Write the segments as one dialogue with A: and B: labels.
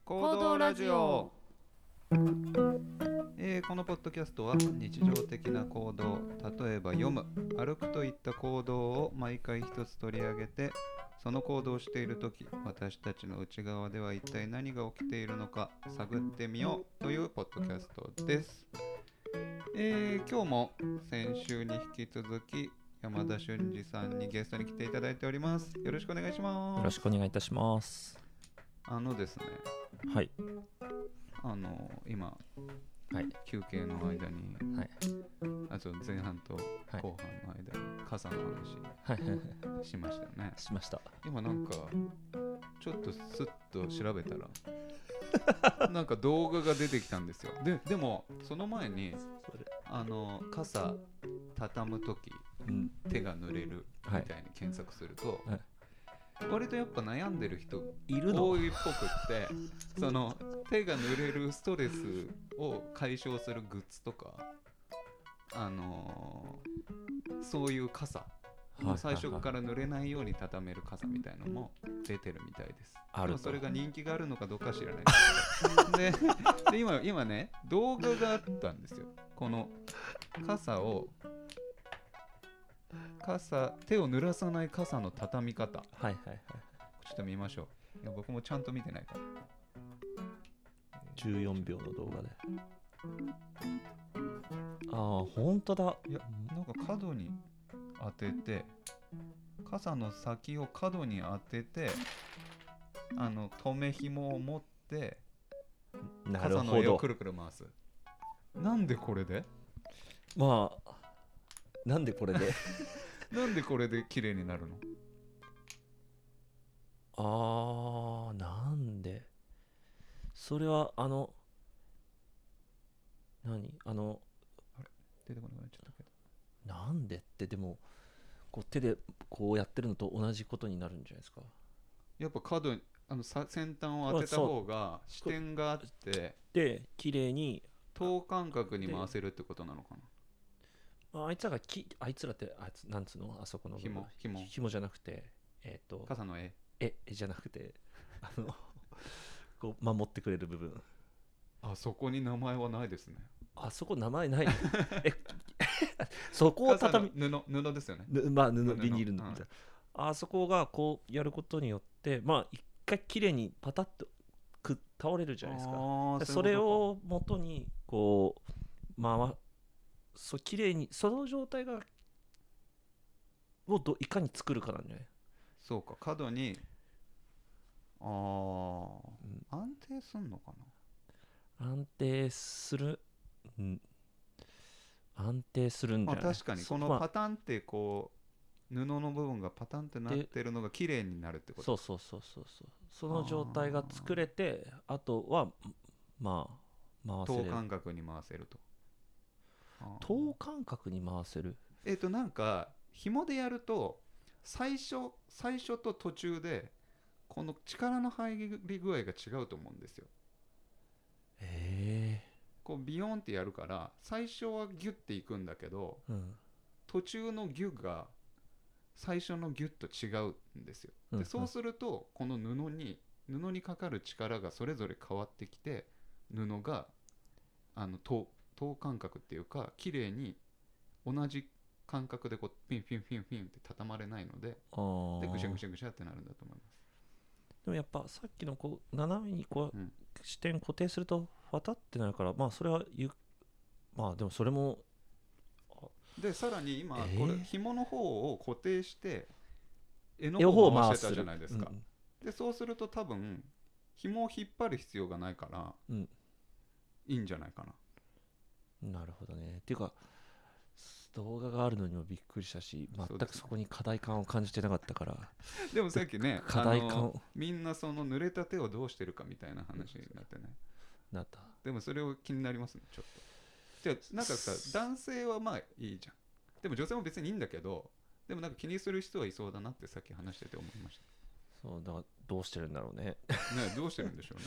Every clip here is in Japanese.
A: 行動ラジオ。このポッドキャストは日常的な行動、例えば読む、歩くといった行動を毎回一つ取り上げて、その行動をしているとき、私たちの内側では一体何が起きているのか探ってみようというポッドキャストです。今日も先週に引き続き山田俊二さんにゲストに来ていただいております。よろしくお願いします。
B: よろしくお願いいたします。
A: ですね、
B: はい。
A: 今、
B: はい、
A: 休憩の間に、
B: はい、
A: 前半と後半の間に傘の話しましたよね。
B: しました。
A: 今なんかちょっとスッと調べたらなんか動画が出てきたんですよ。でもその前に傘畳むとき、手が濡れるみたいに検索すると、割とやっぱ悩んでる人
B: いるの
A: 多いっぽくってその手が濡れるストレスを解消するグッズとかそういう傘、最初から濡れないように畳める傘みたいのも出てるみたいです。でもそれが人気があるのかどうか知らないですけどで今ね、動画があったんですよ。この手を濡らさない傘の畳み方、ちょっと見ましょう。いや僕もちゃんと見てないから
B: 14秒の動画で。本当だ。
A: いや、なんか角に当てて、傘の先を角に当てて、留め紐を持って傘の上をくるくる回す。なんでこれで
B: なんでこれで
A: なんでこれで綺麗になるの？
B: なんでそれはあれ
A: 出てこなくなっちゃったけ
B: ど、なんでって、でもこう手でこうやってるのと同じことになるんじゃないですか。
A: やっぱ角に先端を当てた方が視点があって
B: で綺麗に
A: 等間隔に回せるってことなのかな。
B: あいつらってなんつうの、あそこの紐じゃなくて
A: 傘の絵
B: じゃなくてこう守ってくれる部分。
A: そこに名前はないですね。
B: そこ名前ないそこを畳み
A: 布ですよね。
B: 布ビニールの、あそこがこうやることによって一回きれいにパタッと倒れるじゃないですか。それを元にこうきれいにその状態がをいかに作るかなんじゃない？
A: そうか、角に安定すんのかな。
B: 安定するんじゃない？
A: 確かにこのパタンってこう布の部分がパタンってなってるのが綺麗になるってこと。
B: そうその状態が作れて、あとは回せる。
A: 等間隔に回せると。
B: 等間隔に回せる。
A: なんか紐でやると最初と途中でこの力の入り具合が違うと思うんですよ。こうビヨンってやるから最初はギュッていくんだけど、途中のギュが最初のギュッと違うんですよ。でそうするとこの布にかかる力がそれぞれ変わってきて、布が等間隔っていうか綺麗に同じ感覚でこうピンピンピンピンって畳まれないので、ぐしゃぐしゃぐしゃってなるんだと思います。
B: でもやっぱさっきのこう斜めにこう、視点固定するとファタってなるから、それはでもそれも
A: でさらに今これ紐の方を固定して絵の方を回してたじゃないですか。でそうすると多分紐を引っ張る必要がないから、いいんじゃないかな。
B: なるほどね。っていうか動画があるのにもびっくりしたし、全くそこに課題感を感じてなかったから。
A: でもさっきね、
B: 課題感
A: みんなその濡れた手をどうしてるかみたいな話になってね。
B: なった。
A: でもそれを気になりますね、ちょっと。じゃあなんかさ、男性はいいじゃん。でも女性も別にいいんだけど、でもなんか気にする人はいそうだなってさっき話してて思いました。
B: そうだからどうしてるんだろうね。
A: どうしてるんでしょうね。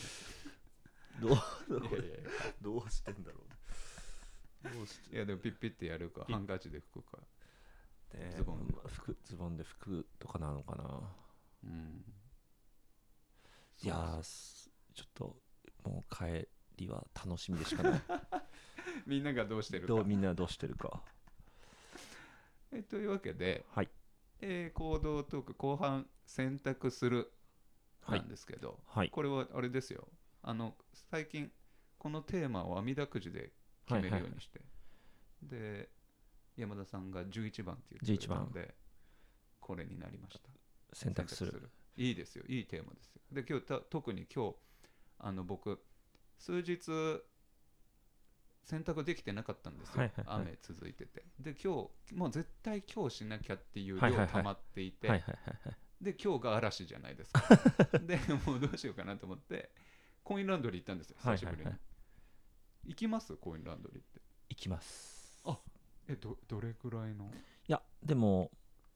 B: どうしてんだろうね。
A: いやでもピッピッてやるかハンカチで拭くか、
B: ズボンで拭くとかなのかな。いやちょっともう帰りは楽しみでしかない
A: みんながどうしてるか
B: みんなどうしてるか
A: というわけで、
B: はい、
A: 行動トーク後半選択するなんですけど、
B: はい、
A: これはあれですよ、最近このテーマを網だくじで決めるようにして、で山田さんが11番って言ってくれたのでこれになりました。
B: 選択する。
A: いいですよ、いいテーマですよ。で今日特に今日僕数日洗濯できてなかったんですよ、雨続いてて。で今日もう絶対今日しなきゃっていう量溜まっていて、で今日が嵐じゃないですかでもうどうしようかなと思ってコインランドリー行ったんですよ、久しぶりに。行きます？コインランドリーって。
B: 行きます。
A: あ、どれくらいの？
B: いやでも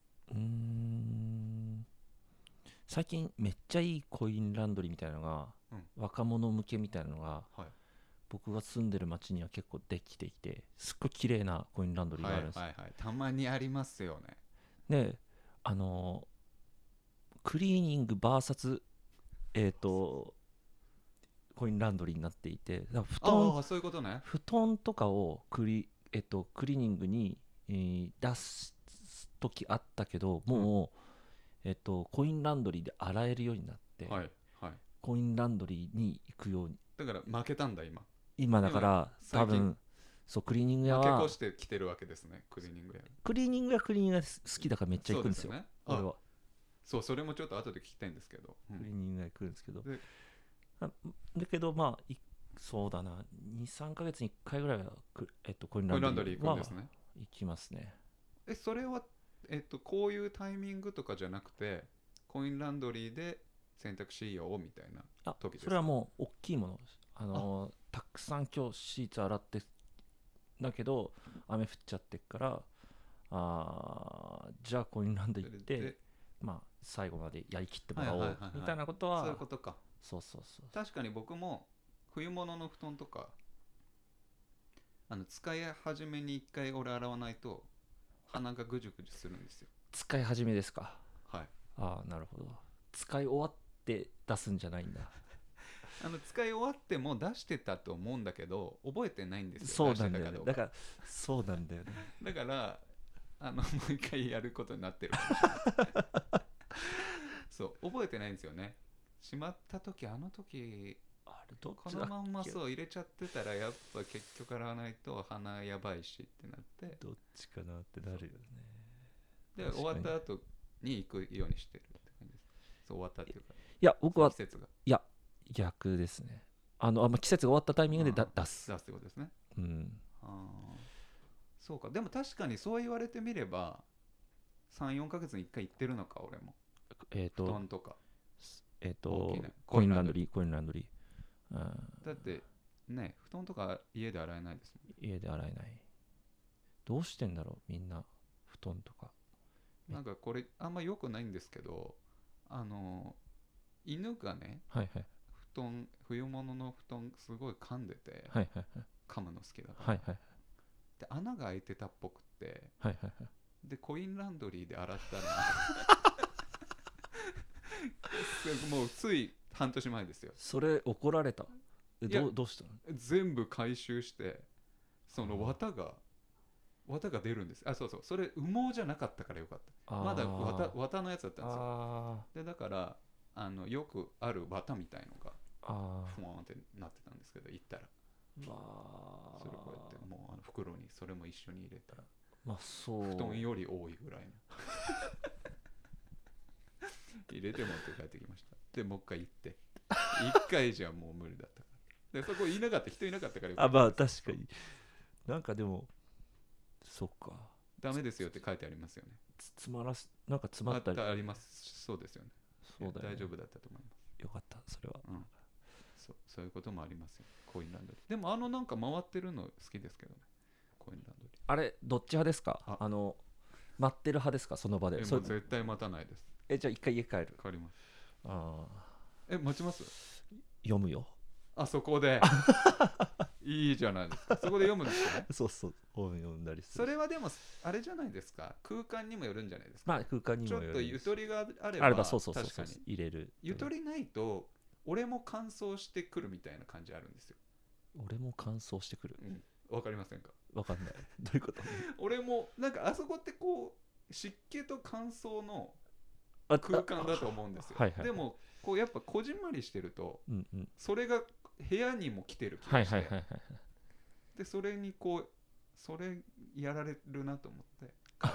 B: 最近めっちゃいいコインランドリーみたいなのが、若者向けみたいなのが、僕が住んでる町には結構できていて、すっごい綺麗なコインランドリーがあるんですよ。
A: たまにありますよね。
B: でクリーニング VS コインランドリーになっていて、
A: そういうことね。
B: 布団とかをクリーニングに、出す時あったけど、もう、コインランドリーで洗えるようになって、コインランドリーに行くように。
A: だから負けたんだ
B: 今だから多分そうクリーニング屋は
A: 負け越してきてるわけですね。クリーニング屋
B: クリーニング屋好きだからめっちゃ行くんですよ。俺は
A: それもちょっと後で聞きたいんですけど、
B: クリーニング屋行くんですけど、だけどまあそうだな、 2,3 ヶ月に1回ぐらいはコインランドリーは行きますね。
A: それはこういうタイミングとかじゃなくてコインランドリーで洗濯しようみたいな時ですか？
B: それはもう大きいものです。たくさん今日シーツ洗ってだけど雨降っちゃってっから、じゃあコインランドリー行って、まあ最後までやりきってもらおうみたいなことは。
A: そういうことか。
B: そう
A: 確かに僕も冬物の布団とか使い始めに1回俺洗わないと鼻がぐじゅぐじゅするんですよ。
B: 使い始めですか？
A: はい。
B: なるほど。使い終わって出すんじゃないんだ
A: 使い終わっても出してたと思うんだけど覚えてないんですよ。
B: そうなんだよね。だからそうなんだよね
A: だからもう一回やることになってるかもしれないそう覚えてないんですよね。しまった時このまんま入れちゃってたらやっぱ結局洗わないと鼻やばいしってなって、
B: どっちかなってなるよね。
A: で終わった後に行くようにしてるって感じです。そう終わったっていうか、
B: いや僕は
A: 季節が
B: 逆ですね。季節が終わったタイミングで出す
A: ってことですね。そうか。でも確かにそう言われてみれば 3,4 ヶ月に1回行ってるのか俺も。布団とか
B: コインランドリー、
A: だってね、布団とか家で洗えないですもん。
B: 家で洗えない。どうしてんだろうみんな布団とか。
A: なんかこれあんま良くないんですけど、犬がね、冬物の布団すごい噛んでて、噛むの好きだから、で穴が開いてたっぽくって、でコインランドリーで洗ったらもうつい半年前ですよ。
B: それ怒られた？どうしたの？
A: 全部回収してその綿が出るんです。そうそれ羽毛じゃなかったからよかった。まだ綿のやつだったんですよ。でだからよくある綿みたいのがふわーんってなってたんですけど、行ったらそれこうやってもう袋にそれも一緒に入れたら、布団より多いぐらいの入れて持って帰ってきました。でもう一回行って一回じゃもう無理だったからでそこ人いなかったからよかった。
B: まあ確かになんかでもそっか
A: ダメですよって書いてありますよね。
B: なんか詰まったり
A: あります。そうですよね。そうだよね。大丈夫だったと思います。
B: よかったそれは、
A: そういうこともありますよ。コインランドリーでもなんか回ってるの好きですけどね、コインランドリー。
B: あれどっち派ですか？待ってる派ですか？その場で。
A: もう絶対待たないです。
B: じゃあ一回家帰る？
A: 帰ります。待ちます？
B: 読むよ。
A: そこでいいじゃないですか。そこで読むんですかね。
B: そう本読んだりする。
A: それはでもあれじゃないですか、空間にもよるんじゃないですか。
B: まあ空間にもよる。
A: ちょっとゆとりがあれば
B: そう確かに入れる。
A: ゆとりないと俺も乾燥してくるみたいな感じあるんですよ。
B: 俺も乾燥してくる。
A: わかりませんか？
B: わかんない。どういうこと？
A: 俺もなんかあそこってこう湿気と乾燥の空間だと思うんですよ。
B: はいはいはい、
A: でもこうやっぱこじんまりしてると、
B: うんうん、
A: それが部屋にも来てる気がして、
B: はいはいはいはい、
A: でそれにこうそれやられるなと思って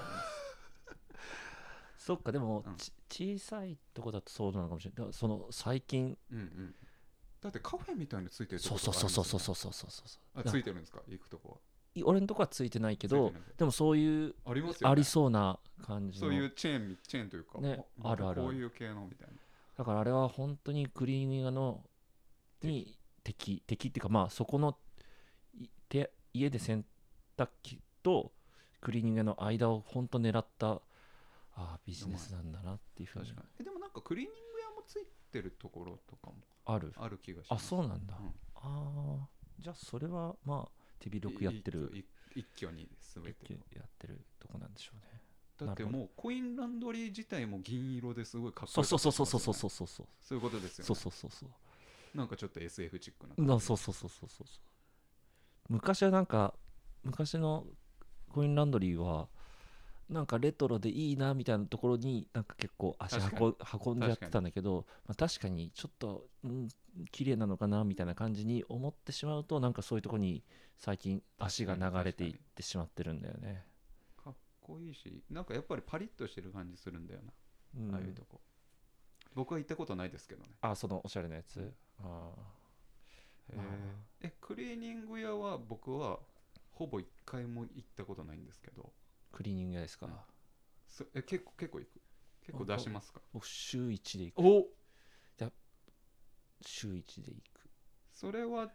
B: そっか。でも、小さいとこだとそうなのかもしれない。その最近、
A: だってカフェみたいについてるとこ
B: ろがあるんですよね。そう
A: ついてるんですか？行くとこは。
B: 俺のとこはついてないけど、でもそういう
A: ありますよね、
B: ありそうな感じの、
A: そういうチェーンというか、
B: ね、あるある。
A: こういう系のみたいな。
B: だからあれは本当にクリーニングのに敵っていうか、まあそこの家で洗濯機とクリーニングの間を本当狙ったビジネスなんだなっていうふうに。
A: 確かに。でもなんかクリーニング屋もついてるところとかも
B: ある
A: 気がします。
B: そうなんだ、じゃあそれはまあ手広くやってる、
A: 一挙に全て
B: やってるとこなんでしょうね。
A: だってもうコインランドリー自体も銀色ですごいかっこいい、
B: そう
A: いうことですよね。
B: そう
A: なんかちょっと SF チックな
B: 感じ。そう昔はなんか昔のコインランドリーはなんかレトロでいいなみたいなところになんか結構足運んじゃってたんだけど、確かにちょっと綺麗なのかなみたいな感じに思ってしまうと、なんかそういうところに最近足が流れていってしまってるんだよね。
A: かっこいいし、なんかやっぱりパリッとしてる感じするんだよな、ああいうとこ。僕は行ったことないですけどね。
B: そのおしゃれなやつ。
A: クリーニング屋は僕はほぼ1回も行ったことないんですけど。
B: クリーニング屋ですか？
A: 結構行く？結構出しますか？
B: 僕週1で行く。じゃ週1で行く。
A: それは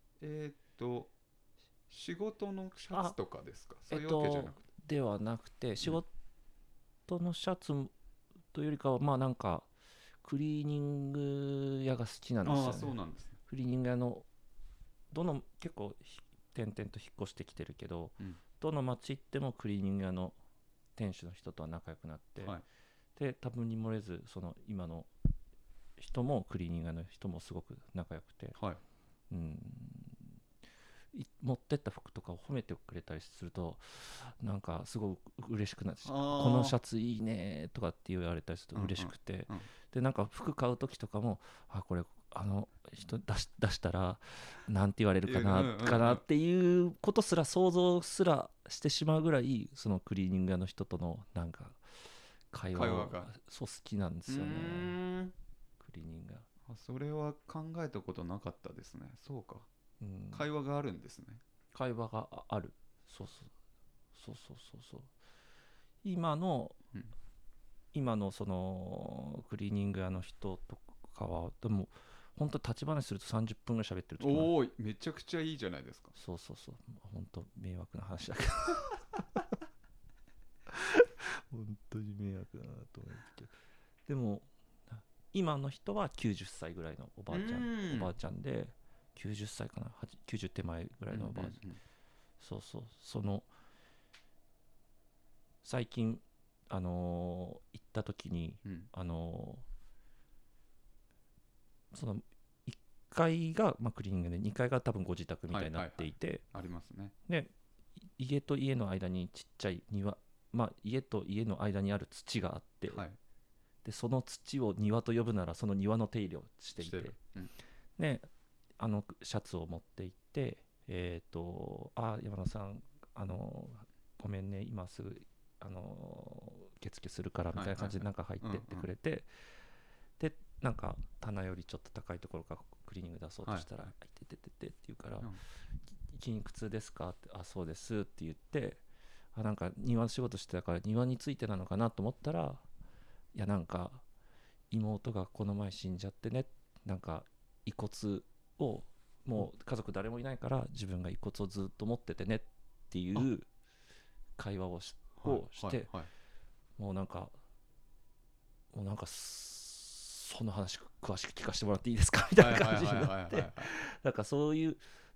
A: 仕事のシャツとかですか？そういうわけじゃなくて、
B: ではなくて、仕事のシャツというよりかは、まあなんかクリーニング屋が好きなんですよね。
A: そうなんですね。
B: クリーニング屋の結構点々と引っ越してきてるけど、どの町行ってもクリーニング屋の店主の人とは仲良くなって、で多分に漏れずその今の人もクリーニング屋の人もすごく仲良くて、持ってった服とかを褒めてくれたりするとなんかすごく嬉しくなって、このシャツいいねとかって言われたりすると嬉しくて、でなんか服買う時とかもこれ人出したらなんて言われるかなっていうことすら想像すらしてしまうぐらい、そのクリーニング屋の人とのなんか会話が好きなんですよね。クリーニング屋。
A: それは考えたことなかったですね。そうか、会話があるんですね。
B: 会話がある。そう今のそのクリーニング屋の人とかはでも本当立ち話すると30分ぐらい喋ってる時も
A: ある。めちゃくちゃいいじゃないですか。
B: そう本当迷惑な話だけど本当に迷惑だなと思うけど、でも今の人は90歳ぐらいのおばあちゃんで、90歳かな、90手前ぐらいのおばあちゃん、その最近行った時に、その1階が、クリーニングで2階が多分ご自宅みたいになっていて、
A: ありますね。
B: で家と家の間にちっちゃい庭、家と家の間にある土があって、でその土を庭と呼ぶならその庭の手入れをしていて、でシャツを持って行って山田さんごめんね今すぐ受付するからみたいな感じで中入ってってくれて、でなんか棚よりちょっと高いところからクリーニング出そうとしたら「いてって言うから「筋肉痛ですか?」って「そうです」って言って、なんか庭の仕事してたから庭についてなのかなと思ったら、いやなんか妹がこの前死んじゃってね、なんか遺骨をもう家族誰もいないから自分が遺骨をずっと持っててねっていう会話をして、もうなんかその話詳しく聞かせてもらっていいですかみたいな感じになって、なんかそういう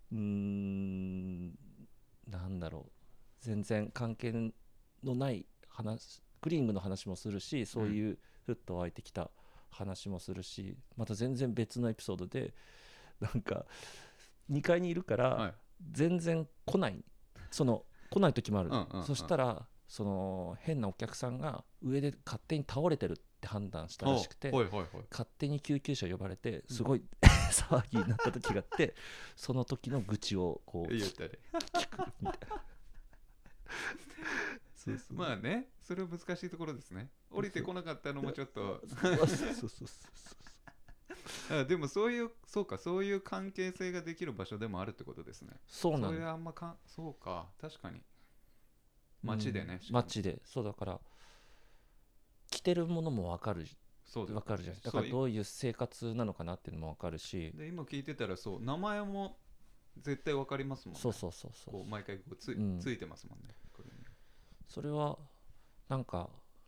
B: なんだろう、全然関係のない話、クリーニングの話もするし、そういうふっと湧いてきた話もするし、また全然別のエピソードでなんか2階にいるから全然来ない、来ない時もある、そしたらその変なお客さんが上で勝手に倒れてるって判断したらしくて、勝手に救急車呼ばれてすごい騒ぎになった時があって、その時の愚痴をこう
A: 言ったり
B: 聞くみたいな
A: そうそう、まあね、それは難しいところですね。降りてこなかったのもちょっとでもそういう関係性ができる場所でもあるってことですね。
B: そうなんだ。
A: それはあんまそうか、確かに街でね、
B: 街で、そうだから着てるものも分かるじゃない。だからどういう生活なのかなっていうのも分かるし、
A: で今聞いてたらそう名前も絶対分かりますもんね。
B: そう
A: こう毎回こうついてますもんね。これね、
B: それはなんか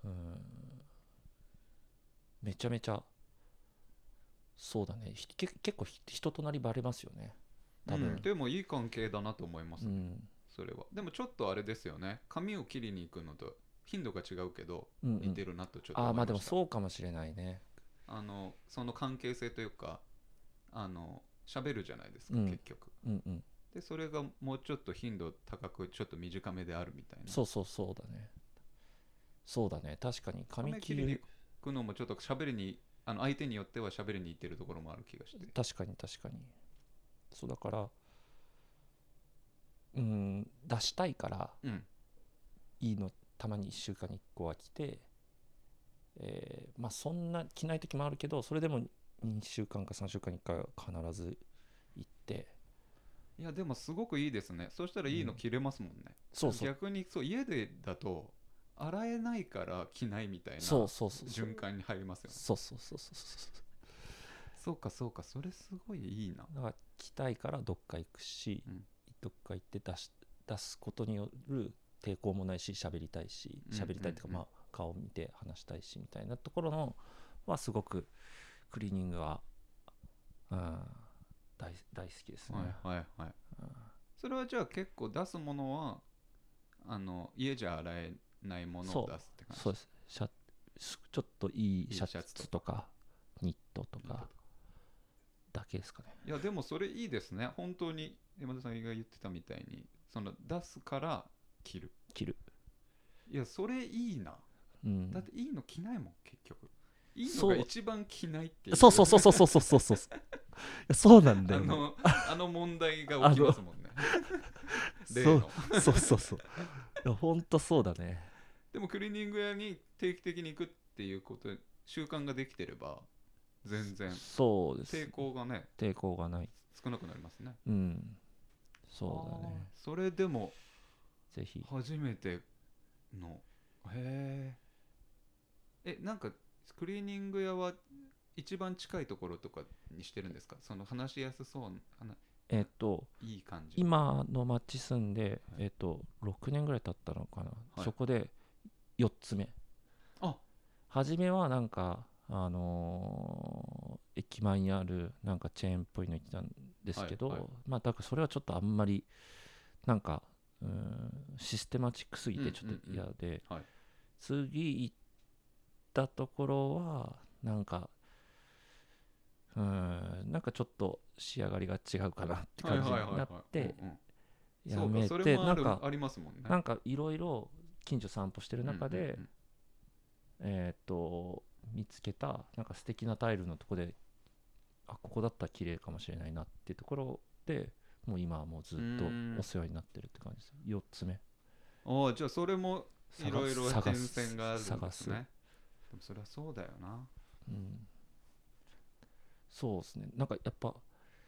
B: めちゃめちゃそうだね、結構人となりバレますよね多分、
A: でもいい関係だなと思います、ね、それは。でもちょっとあれですよね、髪を切りに行くのと頻度が違うけど、似てるなとちょっと思いました。
B: まあでもそうかもしれないね。
A: その関係性というか喋るじゃないですか、結局、でそれがもうちょっと頻度高くちょっと短めであるみたいな。
B: そうだね確かに
A: 髪切りに行くのもちょっと喋りに相手によっては喋りに行ってるところもある気がして。
B: 確かにそうだから出したいから、いいのたまに1週間に1個は来て、まあそんな着ない時もあるけど、それでも2週間か3週間に1回は必ず行って。
A: いやでもすごくいいですね。そうしたらいいの着れますもんね。逆に家でだと洗えないから着ないみたいな循環に入りますよね。そうかそれすごいいいな。
B: だから着たいからどっか行くし、どっか行って出すことによる抵抗もないし、喋りたいっていうか、まあ顔を見て話したいしみたいなところのはすごくクリーニングは大好きですね。
A: それはじゃあ結構出すものは家じゃ洗えないものを出すって感じ。
B: そうです。ちょっといいシャツとかニットとかだけですかね。
A: いやでもそれいいですね。本当に山田さんが言ってたみたいに、その出すから着る。いやそれいいな、だっていいの着ないもん結局。いいのが一番着ないっていう。
B: そうそうなんだよ、ね、
A: 問題が起きますもんね。
B: そういやほんとそうだね。
A: でもクリーニング屋に定期的に行くっていうこと習慣ができてれば全然
B: そうです、
A: 抵抗が
B: ない
A: 少なくなりますね。
B: そうだね。
A: それでも
B: ぜひ
A: 初めてのなんかクリーニング屋は一番近いところとかにしてるんですか？その話しやすそういい感じ。
B: 今の町住んで、6年ぐらい経ったのかな、そこで4つ目。初めはなんか駅前にあるなんかチェーンっぽいの行ってたんですけど、まあだからそれはちょっとあんまりなんかシステマチックすぎてちょっと嫌で、次行ったところはなんかちょっと仕上がりが違うかなって感じになってやめて、なんかいろいろ近所散歩してる中で見つけたなんか素敵なタイルのとこで、ここだったら綺麗かもしれないなっていうところで、もう今はもうずっとお世話になってるって感じです。4つ目。
A: じゃあそれもいろいろ変遷があるんですね。でもそれはそうだよな。
B: そうですね。なんかやっぱ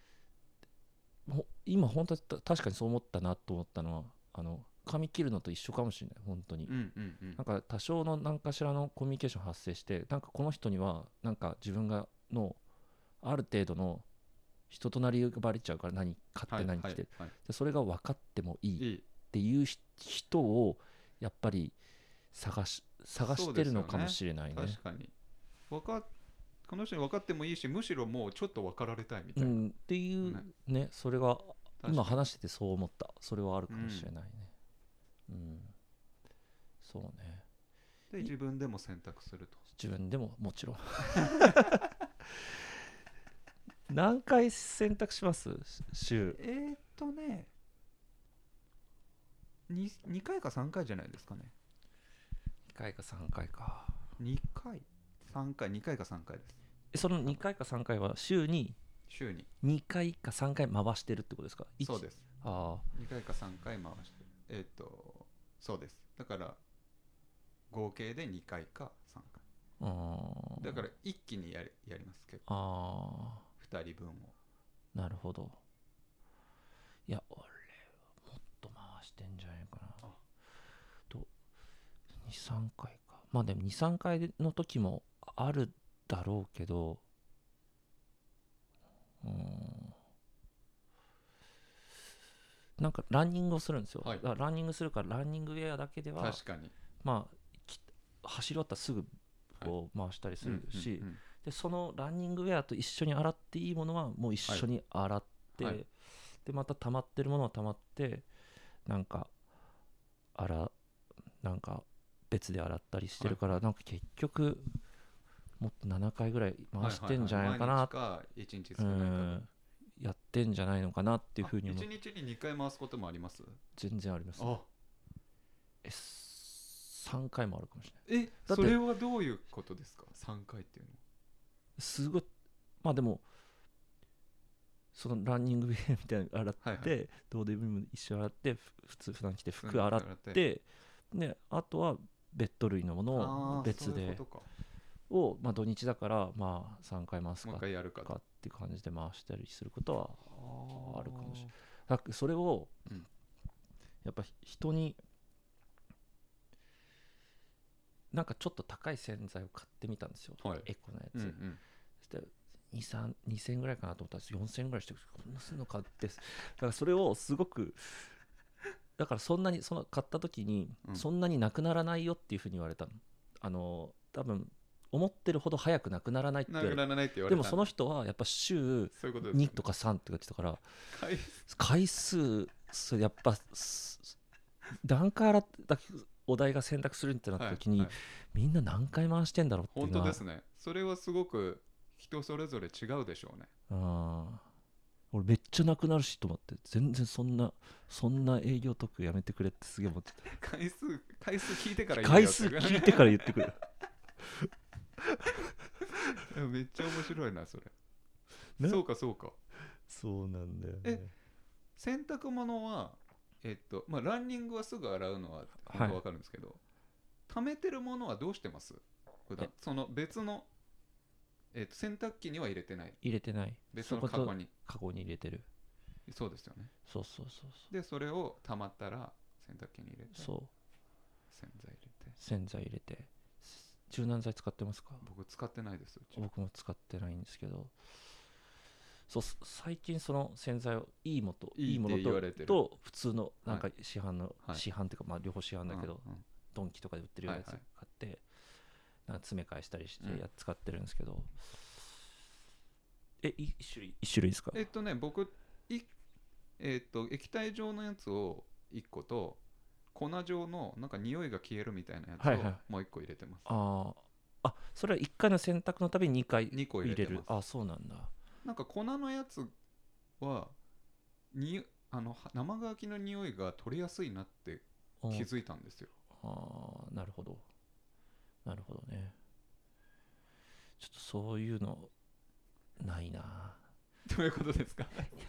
B: 今本当に確かにそう思ったなと思ったのは、髪切るのと一緒かもしれない。本当に、なんか多少の何かしらのコミュニケーション発生して、なんかこの人にはなんか自分がのある程度の人となりがバレちゃうから勝手に何着てる、それが分かってもいいっていう人をやっぱり探してるのかもしれないね。
A: 確かにこの人に分かってもいいし、むしろもうちょっと分かられたいみたいな、
B: っていうね、それが今話しててそう思った。それはあるかもしれないね。そうね。
A: で自分でも選択すると。
B: 自分でももちろん何回洗濯します週？
A: 2回か3回じゃないですかね。
B: 2回か3回か。
A: 2回3回2回か3回です。
B: その2回か3回は週に2回か3回回してるってことですか？
A: そうです。
B: あ
A: 2回か3回回してる。そうです。だから合計で2回か3回。だから一気にやります結構。2人分を。
B: なるほど。いや俺はもっと回してんじゃないかなと。2、3回か。まあでも2、3回の時もあるだろうけど、なんかランニングをするんですよ、はい、だからランニングするからランニングウェアだけでは
A: 確かに、
B: まあ走り終わったらすぐこう回したりするし、でそのランニングウェアと一緒に洗っていいものはもう一緒に洗って、はい、でまた溜まってるものは溜まってなんか別で洗ったりしてるから、はい、なんか結局もっと7回ぐらい回してんじゃないかな、
A: 毎日か1日少ないか
B: やってんじゃないのかなっていうふうに思う。
A: 1日に2回回すこともあります？
B: 全然あります。3回もあるかもしれない。
A: それはどういうことですか？3回っていうのは
B: すごい。まあでもそのランニングウェアみたいなの洗って、はいはい、どうでも一緒洗って普段着て服洗ってであとはベッド類のものを別でを、まあ、土日だからまあ3回回すかっていう感じで回したりすることはあるかもしれない。だからそれを、やっぱ人になんかちょっと高い洗剤を買ってみたんですよ、はい、エコなやつ、そして2000円ぐらいかなと思ったら4000円ぐらいしてこんなするのかってだからそれをすごくだからその買った時にそんなになくならないよっていうふうに言われたの、多分思ってるほど早くなくならないって言われた。でもその人はやっぱ週2とか3って言ってたから回数やっぱ何回洗ったお題が選択するってなった時に、みんな何回回してんだろうっていうのは
A: 本当ですね。それはすごく人それぞれ違うでしょうね。
B: 俺めっちゃなくなるしと思って、全然そんな営業特やめてくれってすげえ思ってた。
A: 回数聞いてから
B: 言ってくる
A: めっちゃ面白いなそれ。そうか
B: そうなんだよね。
A: 洗濯物はまあ、ランニングはすぐ洗うのは本当分かるんですけど、溜めてるものはどうしてます？その別の、洗濯機には入れてない。別のカゴに
B: 入れてる。
A: そうですよね。
B: そう
A: でそれを溜まったら洗濯機に入れて、
B: 洗剤入れて。柔軟剤使ってますか？
A: 僕使ってないです。
B: 僕も使ってないんですけど、そう最近その洗剤をいいものと普通のなんか市販っていうかまあ両方市販だけど、ドンキとかで売ってるやつ買ってなんか詰め替えしたりして使ってるんですけど、一種類ですか？
A: 僕液体状のやつを1個と粉状のなんか匂いが消えるみたいなやつをもう1個入れてます。
B: それは1回の洗濯のたびに2回
A: 2個入れてます。
B: そうなんだ。
A: なんか粉のやつは生乾きの匂いが取りやすいなって気づいたんですよ。
B: なるほどね。ちょっとそういうのないな。
A: どういうことですか？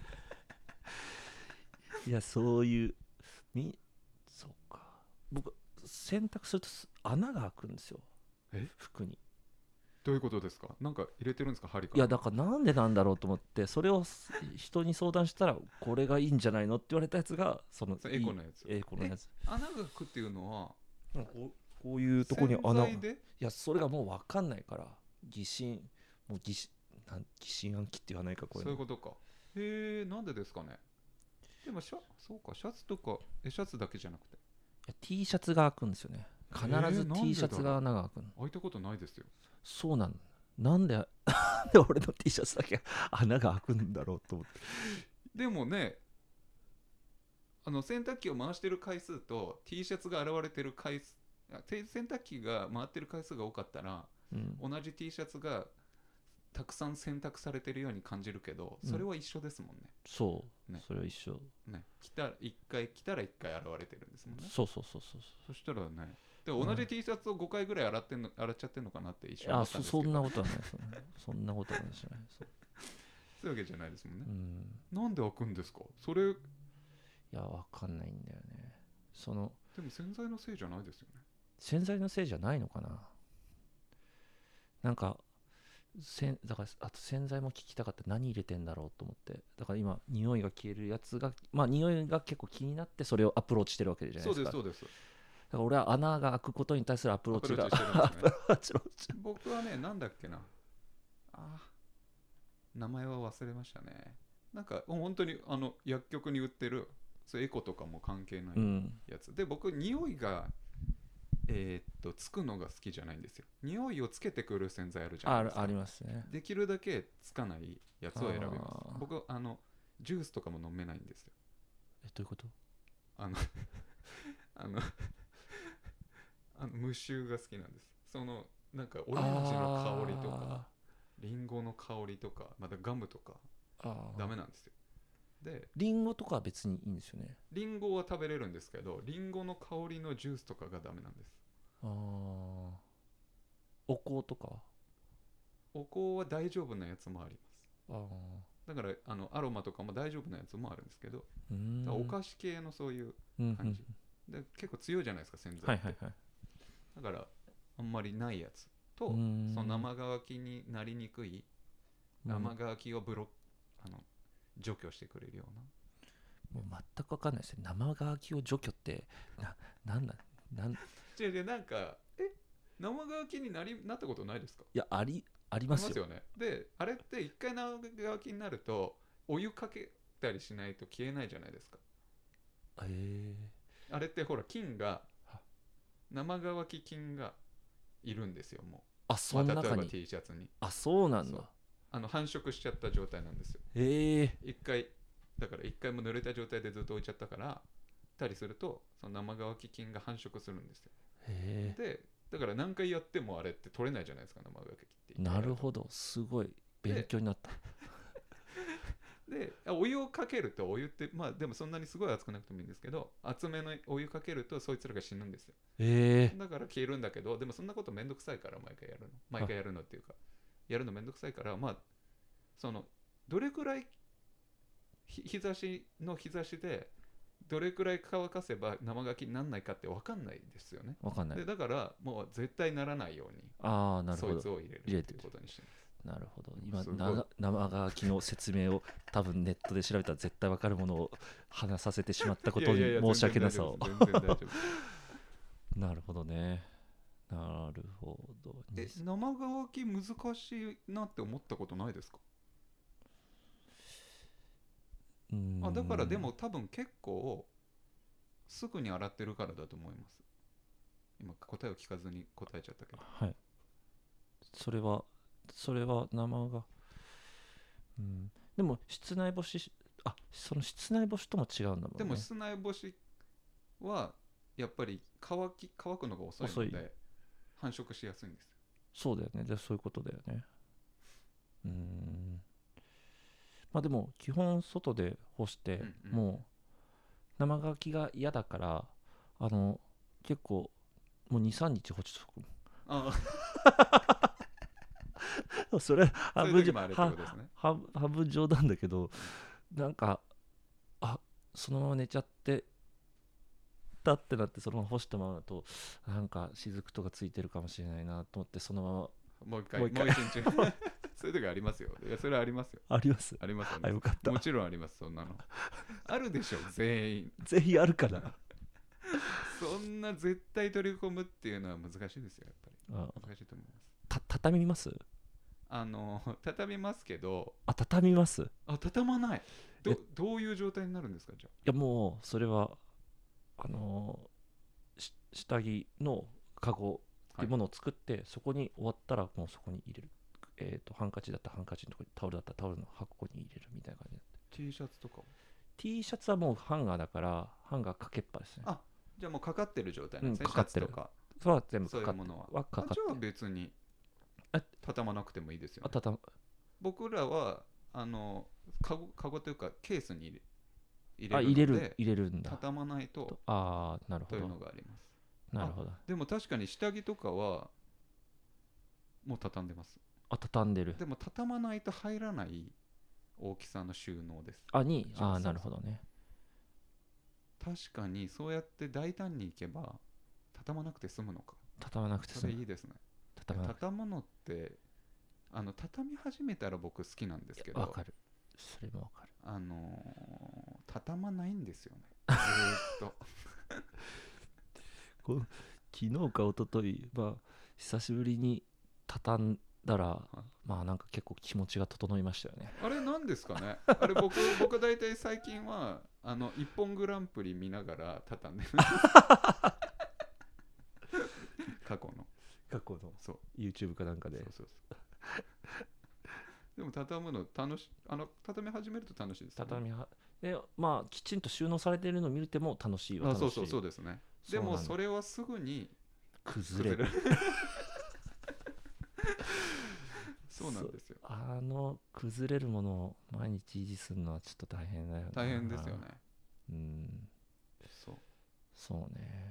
B: いやそういうそうか。僕洗濯すると穴が開くんですよ、服に。
A: どういうことですか？なんか入れてるんですか？針か。
B: いやだからなんでなんだろうと思って、それを人に相談したらこれがいいんじゃないのって言われたやつがその
A: エコのやつ。穴が開くっていうのは
B: こういうとこに穴。
A: 洗剤で？
B: いやそれがもう分かんないから疑心暗鬼って言わないかこれ。
A: そういうことか。なんでですかね。でもそうか、シャツとかシャツだけじゃなくて
B: T シャツが開くんですよね。必ず T シャツが穴が開くの。
A: 開いたことないですよ。
B: そうなんで俺の T シャツだけ穴が開くんだろうと思って。
A: でもね、洗濯機を回してる回数と T シャツが現れてる回数、洗濯機が回ってる回数が多かったら同じ T シャツがたくさん選択されてるように感じるけど、それは一緒ですもんね。
B: そう、
A: ね、
B: それは一緒、
A: ね、来たら1回現れてるんですもんね。
B: そう。
A: そしたらね、で同じ T シャツを5回ぐらい洗っちゃってんのかなって一瞬思ったんですけど。
B: そんなことはないですよね。そんなことはないですよね。
A: そういうわけじゃないですもんね。なんで開くんですかそれ。い
B: や、わかんないんだよね。
A: でも洗剤のせいじゃないですよね。
B: 洗剤のせいじゃないのかな。なんかだからあと洗剤も聞きたかった。何入れてんだろうと思って。だから今匂いが消えるやつが、匂いが結構気になってそれをアプローチしてるわけじゃないですか。
A: そうです。
B: だから俺は穴が開くことに対するアプローチが
A: アプローチしてるんですね。僕はね、なんだっけな、名前は忘れましたね。なんか本当に薬局に売ってるエコとかも関係ないやつ、で僕匂いがつくのが好きじゃないんですよ。匂いをつけてくる洗剤あるじゃないですか。
B: ありますね。
A: できるだけつかないやつを選びます。僕ジュースとかも飲めないんですよ。
B: どういうこと？
A: 無臭が好きなんです。なんかオレンジの香りとかリンゴの香りとかまたガムとかダメなんですよ。で
B: リンゴとかは別にいいんですよね。
A: リンゴは食べれるんですけど、リンゴの香りのジュースとかがダメなんです。
B: お香とか
A: お香は大丈夫なやつもあります。だからアロマとかも大丈夫なやつもあるんですけど、お菓子系のそういう感じ、で結構強いじゃないですか洗剤って、だからあんまりないやつと、その生乾きになりにくい生乾きを除去してくれるよう
B: な。もう全く分かんないですね。生乾きを除去ってなんだ
A: 違うなんか生乾きになったことないですか？
B: いやありますよ
A: ね。であれって一回生乾きになるとお湯かけたりしないと消えないじゃないですか。あれってほら生乾き菌がいるんですよ。もう
B: その中に、
A: 例えば T シャツに
B: そうなんだ。
A: 繁殖しちゃった状態なんですよ。だから一回も濡れた状態でずっと置いちゃったからたりすると、その生乾き菌が繁殖するんですよ。でだから何回やってもあれって取れないじゃないですか、生乾きって。
B: なるほど、すごい勉強になった。
A: でお湯をかけると、お湯ってでもそんなにすごい熱くなくてもいいんですけど、熱めのお湯かけるとそいつらが死ぬんですよ。だから消えるんだけど、でもそんなことめんどくさいから毎回やるのっていうか、やるのめんどくさいから、どれくらい日差しでどれくらい乾かせば生乾きにならないかって分かんないですよね。
B: 分かんない。
A: でだからもう絶対ならないようにそいつを入れるっていうことにしてます。
B: なるほど。今生乾きの説明を多分ネットで調べたら絶対分かるものを話させてしまったことに申し訳なさを。
A: 全然大丈夫
B: なるほどね。なるほど。
A: 生乾き難しいなって思ったことないですか？だからでも多分結構すぐに洗ってるからだと思います。今答えを聞かずに答えちゃったけど。
B: はい。それは生が、でも室内干し、その室内干しとも違うんだもんね。
A: でも室内干しはやっぱり乾くのが遅いので繁殖しやすいんですよ。
B: そうだよね。そういうことだよね。でも基本外で干して、もう生乾きが嫌だから結構もう 2,3 日干しとく。それ半分冗談だけど、なんかそのまま寝ちゃってたってなって、そのまま干したままだとなんか雫とかついてるかもしれないなと思って、そのまま
A: もう一日そういう時ありますよ。いやそれはありますよ。
B: あります
A: よ
B: かった。
A: もちろんあります。そんなのあるでしょ。全員
B: あるかな。
A: そんな絶対取り込むっていうのは難しいですよ。やっぱり難しいと思います。
B: 畳みます？
A: 畳みますけど。
B: 畳みます？
A: 畳まない。どういう状態になるんですか？じゃあ。
B: いやもうそれは下着のカゴっていうものを作って、そこに終わったらもうそこに入れる。ハンカチだったらハンカチのところに、タオルだったらタオルの箱に入れるみたいな感じで。
A: T シャツとか
B: T シャツはもうハンガーだからハンガーかけっぱですね。
A: じゃあもうかかってる状態なんですね。
B: かかってる。
A: シャツとか
B: そうは全部
A: そういうものは
B: かかってる。
A: じゃあ別に畳まなくてもいいですよね。
B: 僕
A: らはカゴというかケースに入れるので
B: 入れるんだ。
A: 畳まないと
B: なるほど
A: というのがあります。
B: なるほど。
A: でも確かに下着とかはもう畳んでます。
B: 畳んでる。
A: でも畳まないと入らない大きさの収納です。
B: なるほどね。
A: 確かにそうやって大胆にいけば畳まなくて済むのか。
B: 畳まなくて済む。
A: それいいですね。畳むのって畳み始めたら僕好きなんですけど、
B: わかる。それもわかる。
A: 畳まないんですよね。ずーっと
B: 昨日か一昨日久しぶりに畳んだら、なんか結構気持ちが整いましたよね。
A: あれなんですかね。あれ僕大体最近は一本グランプリ見ながら畳んでる過去の
B: そう YouTube かなんかで。
A: そうでも畳むの楽し畳み始めると楽しいです、ね、
B: できちんと収納されているのを見ても楽しいは楽しい。
A: そうですね。でもそれはすぐに
B: 崩れる
A: そうなんですよ。
B: 崩れるものを毎日維持するのはちょっと大変だよね。
A: 大変ですよね。
B: そうね。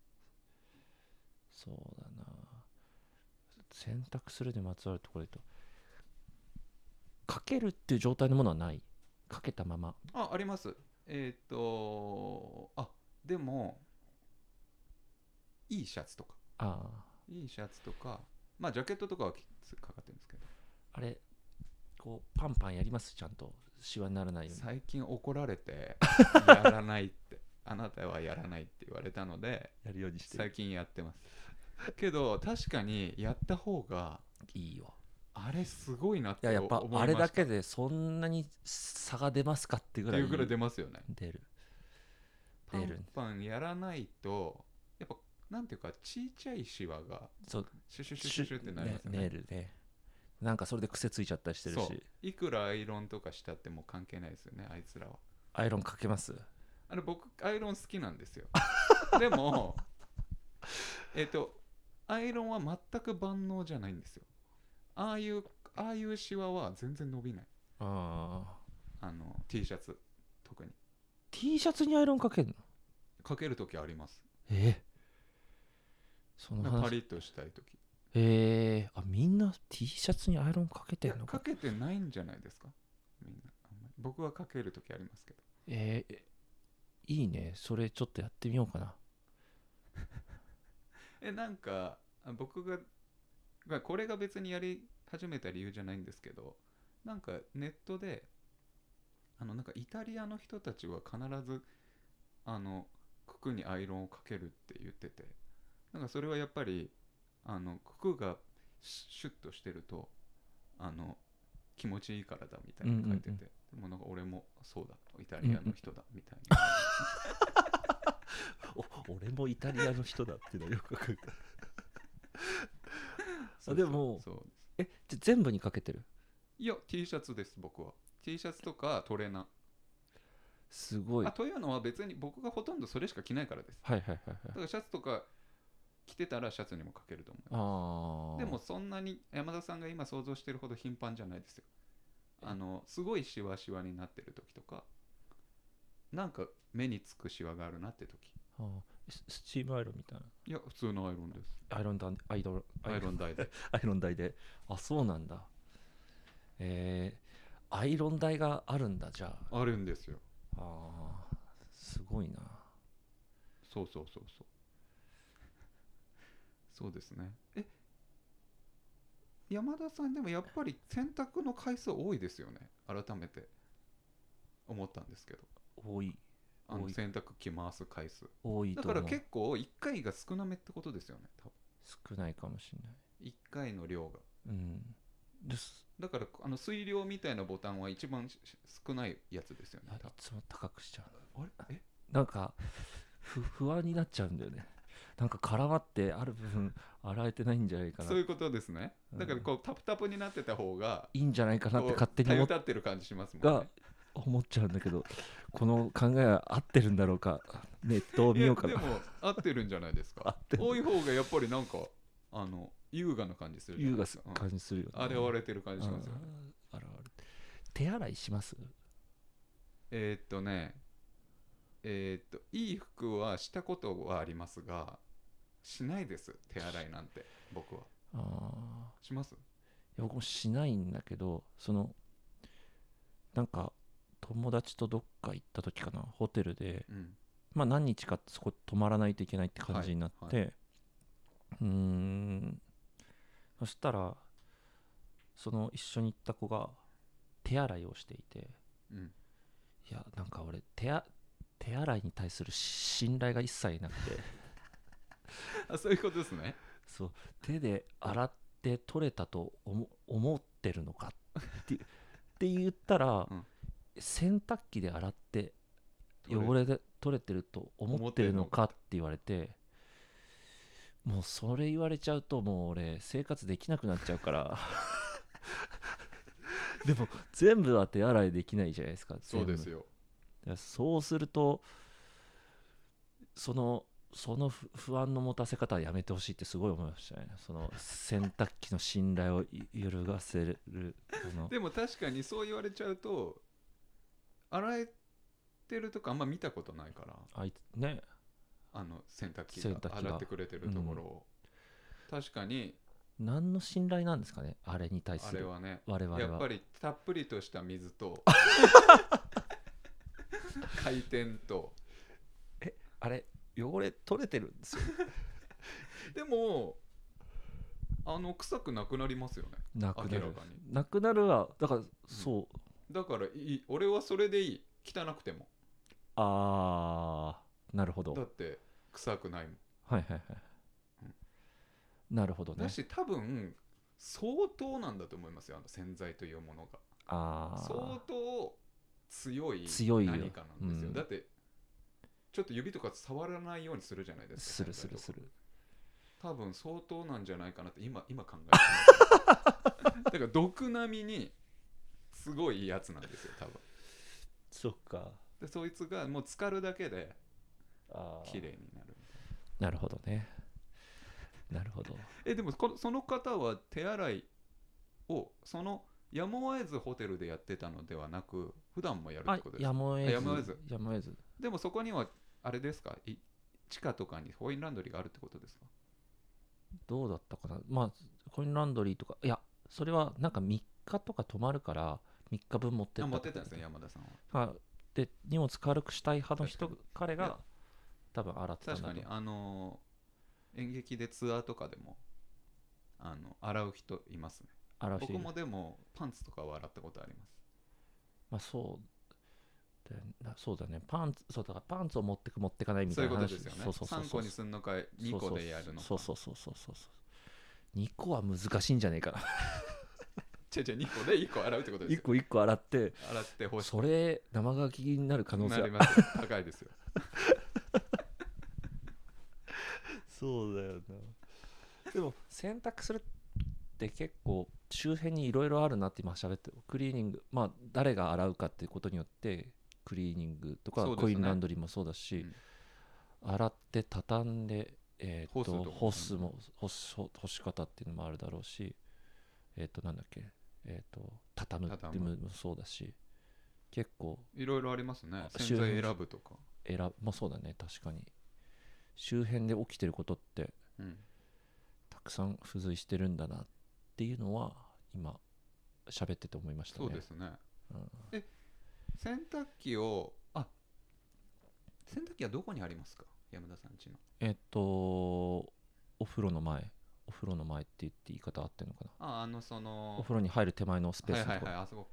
B: そうだな。洗濯するでまつわるところでと、かけるっていう状態のものはない？かけたまま。
A: あります。でもいいシャツとかいいシャツとかジャケットとかはかかってるんですけど、
B: あれパンパンやります？ちゃんとシワにならないように。
A: 最近怒られてやらないってあなたはやらないって言われたので
B: やるようにして
A: 最近やってますけど、確かにやった方が
B: いいよ。
A: あれすごいなって思いました。
B: やっぱあれだけでそんなに差が出ますかっていうぐらい。
A: っていうぐらい出ますよね。
B: 出る。
A: パンパンやらないとやっぱなんていうかちいちゃいシワがシュシュシュシュシュってなりますよね。
B: 出るね。なんかそれで癖ついちゃったりしてるし。
A: いくらアイロンとかしたっても関係ないですよね、あいつらは。
B: アイロンかけます？
A: 僕アイロン好きなんですよでもアイロンは全く万能じゃないんですよ。ああいうシワは全然伸びない。T シャツ特に
B: T シャツにアイロンかけるの？
A: かけるときあります。
B: その話
A: パリッとしたいとき。
B: みんな T シャツにアイロンかけてるのか？
A: かけてないんじゃないですかみんな。僕はかけるときありますけど。
B: いいね。それちょっとやってみようかな
A: なんか僕がこれが別にやり始めた理由じゃないんですけど、なんかネットでなんかイタリアの人たちは必ず服にアイロンをかけるって言ってて、なんかそれはやっぱり服がシュッとしてると気持ちいいからだみたいに書いてて、でもなんか俺もそうだイタリアの人だみたいな
B: 俺もイタリアの人だっていうのはよく分かるでもじゃ全部にかけてる？
A: いや T シャツです。僕は T シャツとかトレーナー。
B: すごい。
A: というのは別に僕がほとんどそれしか着ないからです。だからシャツとか着てたらシャツにもかけると思う。でもそんなに山田さんが今想像してるほど頻繁じゃないですよ。すごいシワシワになってる時とか、なんか目につくシワがあるなって時。
B: スチームアイロンみたいな？
A: いや普通のアイロンです。
B: アイロン台でアイロン台で。そうなんだ。アイロン台があるんだ。じゃあ
A: あるんですよ。
B: すごいな。
A: そうですね。山田さんでもやっぱり洗濯の回数多いですよね。改めて思ったんですけど。
B: 多い。
A: 洗濯機回す回数
B: 多いと
A: だから結構1回が少なめってことですよね。多分
B: 少ないかもしれない。
A: 1回の量が
B: です
A: だから水量みたいなボタンは一番少ないやつですよね。
B: いつも高くしちゃう。
A: あれ
B: なんか不安になっちゃうんだよね。なんか絡まってある部分洗えてないんじゃないかな。
A: そういうことですね。だからタプタプになってた方が
B: いいんじゃないかなって勝手に
A: 思ってる感じしますもんね。
B: 思っちゃうんだけど、この考えは合ってるんだろうか。ネットを見ようかな。
A: でも合ってるんじゃないですか。多い方がやっぱりなんか優雅な感じする。
B: 優雅な感じするよね。
A: あれ割れてる感じしますよね。
B: 手洗いします？
A: ねいい服はしたことはありますが、しないです、手洗いなんて。僕は。します？い
B: や僕もしないんだけど、なんか友達とどっか行った時かな、ホテルで、まあ何日かそこ泊まらないといけないって感じになって、そしたらその一緒に行った子が手洗いをしていて、いやなんか俺手洗いに対する信頼が一切なくて
A: あ、そういうことですね。
B: そう、手で洗って取れたと思ってるのかって言ったら、洗濯機で洗って汚れで取れてると思ってるのかって言われて、もうそれ言われちゃうともう俺生活できなくなっちゃうからでも全部は手洗いできないじゃないですか。
A: そうですよ。
B: そうするとその不安の持たせ方はやめてほしいってすごい思いましたね。その洗濯機の信頼を揺るがせる
A: でも確かにそう言われちゃうと、洗えてるとかあんま見たことないから、
B: ね、
A: 洗濯機が洗ってくれてるところを、確かに
B: 何の信頼なんですかね、あれに対する。
A: あれはね、
B: 我々は
A: やっぱりたっぷりとした水と回転と、
B: あれ汚れ取れてるんですよ
A: でも臭くなくなりますよね。
B: なくなる、
A: 明らかに
B: なくなるはだから、そう
A: だから俺はそれでいい、汚くても。
B: なるほど。
A: だって臭くないもん。
B: はいはいはい、なるほどね。
A: だし多分相当なんだと思いますよ、洗剤というものが。相当強い何かなんですよ。だってちょっと指とか触らないようにするじゃないですか。
B: する
A: 多分相当なんじゃないかなって今考えてますだから毒並みにすごいやつなんですよ多分。
B: そっか。
A: でそいつがもう浸かるだけで綺麗になる。
B: なるほどね。なるほど。
A: でもその方は手洗いをやむを得ずホテルでやってたのではなく、普段もやるってことですか？やむを得ず。でもそこにはあれですか、地下とかにコインランドリーがあるってことですか？
B: どうだったかな。まあコインランドリーとか、いやそれはなんか3日とか泊まるから3日分持ってった。
A: 持ってたんですね、山田さんは。
B: で荷物軽くしたい派の人、彼が多分洗ってたんだと。
A: 確かに演劇でツアーとかでも洗う人いますね。僕もでもパンツとかは洗ったことあります。
B: まあそうだね。パンツを持ってかないみたいな話。
A: そういうことですよね。3個にすんのか2個でやるのか。
B: そう2個は難しいんじゃないかな
A: 2個で1個洗うってことですよ。
B: 1個洗って
A: ほしい。
B: それ生乾きになる可能性
A: なりますよ。高いですよ
B: そうだよな。でも洗濯するって結構周辺にいろいろあるなって今喋ってる。クリーニング、まあ誰が洗うかっていうことによってクリーニングとか、コインランドリーもそうだし、洗って畳んで、干し方っていうのもあるだろうし、なんだっけ、畳むっていうのもそうだし、結構
A: いろいろありますね。洗剤選ぶとか。
B: まあそうだね、確かに周辺で起きてることって、たくさん付随してるんだなっていうのは今喋ってて思いましたね。
A: そうですね。洗濯機はどこにありますか、山田さん家の？
B: お風呂の前って言って言い方合ってるのかな。
A: お
B: 風呂に入る手前のスペースのところ。
A: あそこ。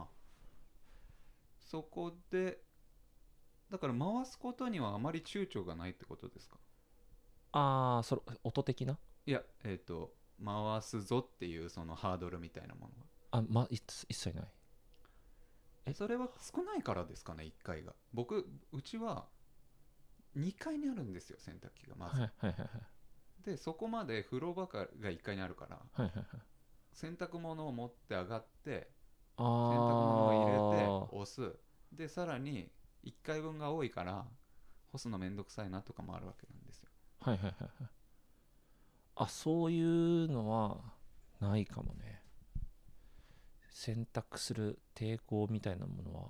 A: そこでだから回すことにはあまり躊躇がないってことですか？
B: 音的な？
A: いや回すぞっていうそのハードルみたいなもの
B: が一切ない。
A: それは少ないからですかね。1階が、うちは2階にあるんですよ、洗濯機がまず。でそこまで風呂場が1階にあるから、洗濯物を持って上がって洗濯物を入れて押す。でさらに1回分が多いから干すのめんどくさいなとかもあるわけなんですよ。
B: そういうのはないかもね。洗濯する抵抗みたいなものは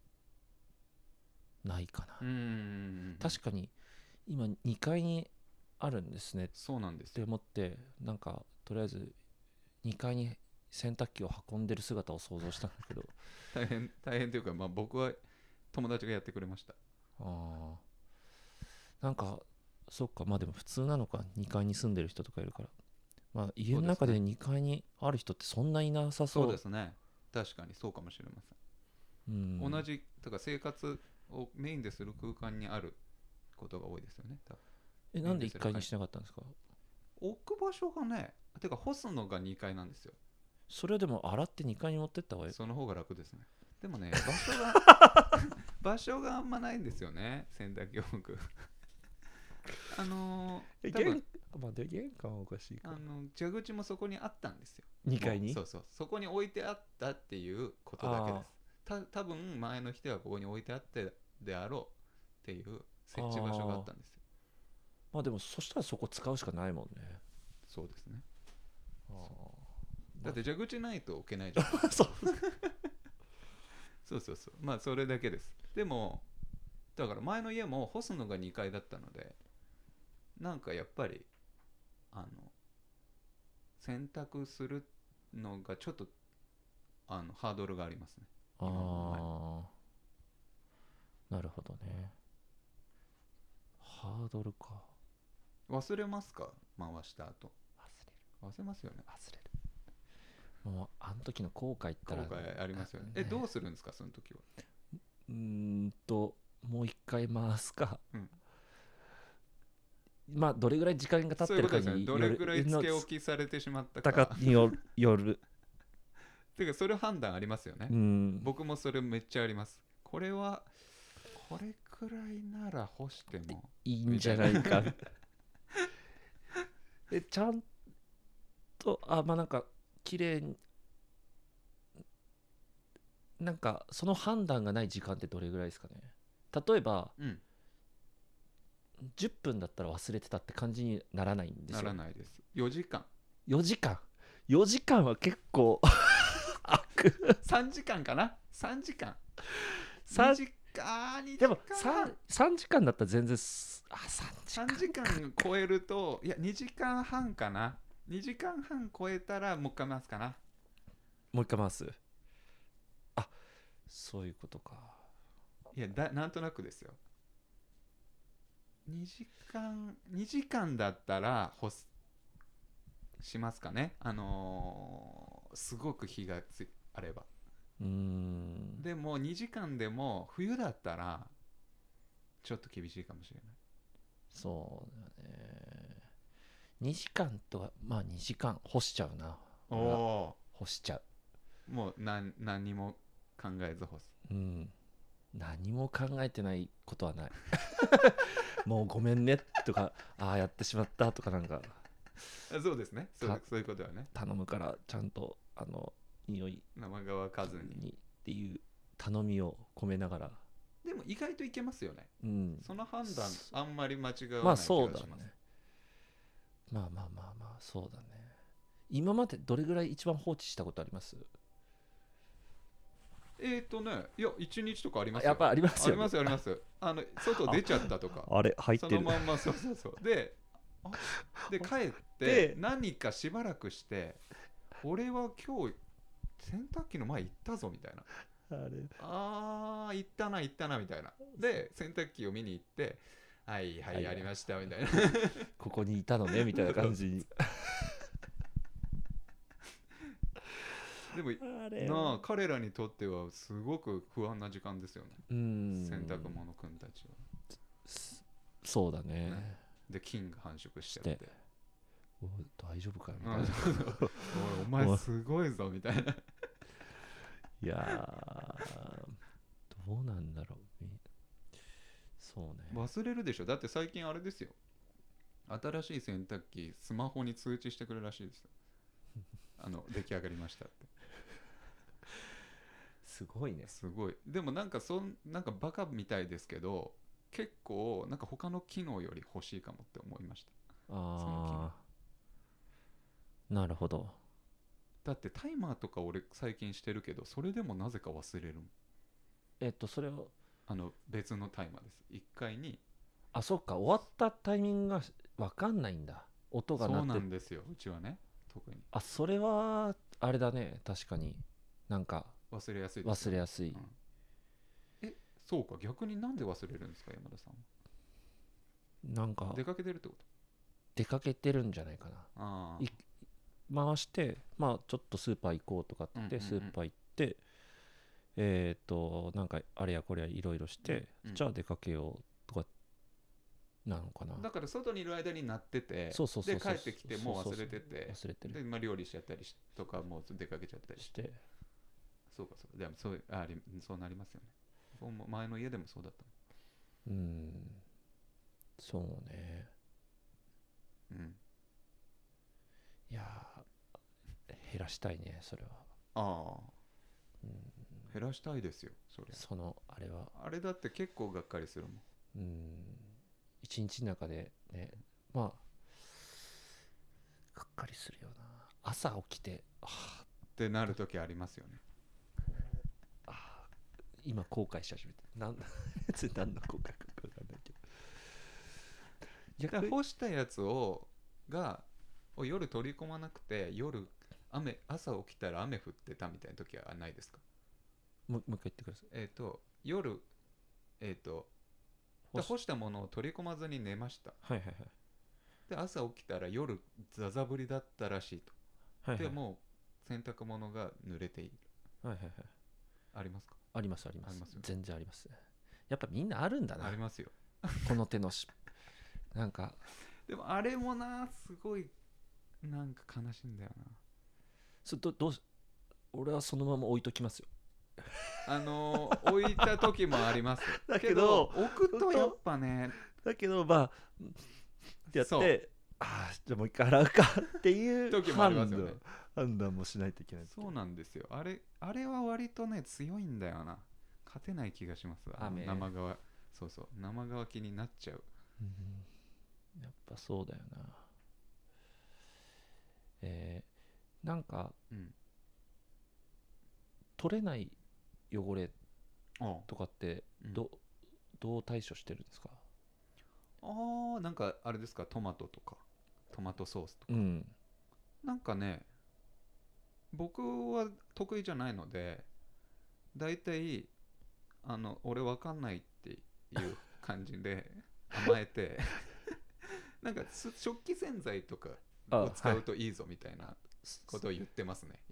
B: ないかな。確かに今2階にあるんですね。
A: そうなんです
B: って思って、なんかとりあえず2階に洗濯機を運んでる姿を想像したんだけど
A: 大変というか、まあ僕は友達がやってくれました。
B: なんかそっか、まあでも普通なのか、2階に住んでる人とかいるから。まあ家の中で2階にある人ってそんないなさそう。
A: そうですね、確かにそうかもしれません。同じとか生活をメインでする空間にあることが多いですよね。
B: なんで1階にしなかったんですか？
A: 置く場所がね、てか干すのが2階なんですよ。
B: それはでも洗って2階に持ってった方がいい。
A: その方が楽ですね。でもね、場所があんまないんですよね、洗濯機を置く。多分
B: まあ、玄関はおかしいか。
A: 蛇口もそこにあったんですよ。
B: 2階に？
A: そうそう、そこに置いてあったっていうことだけです。多分前の人はここに置いてあってであろうっていう設置場所があったんですよ。
B: まあでもそしたらそこ使うしかないもんね。
A: そうですね。だって蛇口ないと置けないじゃん。
B: そう
A: そうそう、まあそれだけです。でもだから前の家も干すのが2階だったので、なんかやっぱり洗濯するのがちょっとハードルがありますね。
B: なるほどね。ハードルか。
A: 忘れますか？回した後忘れますよね。
B: 忘れる。もうあの時の後悔ったら
A: 後悔ありますよね。どうするんですかその時は？
B: もう一回回すか、まあどれぐらい時間が経ってるかに
A: よる、どれぐらいつけ置きされてしまったか
B: による
A: てかそれ判断ありますよね。僕もそれめっちゃあります。これくらいなら干しても
B: いいんじゃないかちゃんとまあなんか綺麗に、なんかその判断がない時間ってどれぐらいですかね。例えば、10分だったら忘れてたって感じにならないんですよ。
A: ならないです。4時間
B: 4時間は結構
A: 3時間かな。3時間
B: でも 3時間だったら全然
A: 3時間超えると、いや2時間半かな。2時間半超えたらもう一回回すかな。
B: もう一回回す。そういうことか。
A: いやなんとなくですよ。2時間だったらしますかね。すごく日があれば。でも2時間でも冬だったらちょっと厳しいかもしれない。
B: そうだね。2時間とは、まあ2時間干しちゃうな。
A: 干
B: しちゃ
A: う。もう何にも考えず干す。
B: 何も考えてないことはないもうごめんねとか、やってしまったとか、なんか
A: そうですね。そういうことはね。
B: 頼むからちゃんと匂い
A: 生乾かずに
B: っていう頼みを込めながら。
A: でも意外といけますよね。その判断あんまり間違わない気がします。
B: まあそうだね。まあそうだね。今までどれぐらい一番放置したことあります？
A: いや1日とかありますよ。
B: やっぱありますよね。
A: あります外出ちゃったとか
B: 入ってる、
A: そのまんまそうで帰って何かしばらくして、俺は今日洗濯機の前行ったぞみたいな、行ったなみたいな。で洗濯機を見に行って、はいありましたみたいな
B: ここにいたのねみたいな感じに
A: でも彼らにとってはすごく不安な時間ですよね。洗濯物くんたちは。
B: そうだね。
A: で菌が繁殖しちゃって
B: 大丈夫かみたいな
A: お前すごいぞみたいな。
B: いやどうなんだろう。そうね。
A: 忘れるでしょ。だって最近あれですよ、新しい洗濯機スマホに通知してくれるらしいですよ出来上がりましたって
B: すごいね。
A: すごい。でもなんかバカみたいですけど、結構なんか他の機能より欲しいかもって思いました。その機能
B: なるほど。
A: だってタイマーとか俺最近してるけど、それでもなぜか忘れるもん。
B: それを
A: 別のタイマーです。1回に。
B: そっか、終わったタイミングが分かんないんだ、音が鳴って。
A: そうなんですよ、うちはね、特に。
B: それはあれだね、確かになんか
A: 忘れやすいですよね。
B: 忘れやすい、
A: そうか、逆になんで忘れるんですか、山田さん。
B: なんか
A: 出かけてるってこと？
B: 出かけてるんじゃないかな。回して、ちょっとスーパー行こうとかって言って、スーパー行って、なんかあれやこれやいろいろして、じゃあ出かけようとかなのかな。
A: だから外にいる間になってて、で帰ってきてもう忘れてて、で料理しちゃったりとか、もう出かけちゃったりして。そうか、でもそうなりますよね。前の家でもそうだった。
B: そうね。いや減らしたいね、それは。
A: 減らしたいですよ、それ。
B: あれは。
A: あれだって結構がっかりするもん。
B: 一日の中でね、がっかりするよな。朝起きて
A: ってなる時ありますよね。
B: 今後悔し始めて、何の後悔か分かんないけ
A: ど。干したやつを夜取り込まなくて、朝起きたら雨降ってたみたいな時はないですか？
B: もう一回言ってください。
A: 夜干したものを取り込まずに寝ました。で朝起きたら夜ザザ降りだったらしいと。でもう洗濯物が濡れている。ありますか？
B: あります。全然あります。やっぱみんなあるんだな。
A: ありますよ。
B: この手のなんか。
A: でもあれもな、すごいなんか悲しいんだよな。
B: 俺はそのまま置いときますよ。
A: 置いた時もあります。だけど置くとやっぱね。
B: だけどやって、じゃあもう一回洗うかっていう
A: 時もありますよね。
B: 判断もしないといけない。
A: そうなんですよ。あれは割とね強いんだよな。勝てない気がします。生乾きになっちゃう。
B: やっぱそうだよな。なんか、取れない汚れとかってどう対処してるんですか？
A: なんかあれですか、トマトとかトマトソースとか、なんかね、僕は得意じゃないので、だいたい俺わかんないっていう感じで甘えてなんか食器洗剤とかを使うといいぞみたいなことを言ってますね。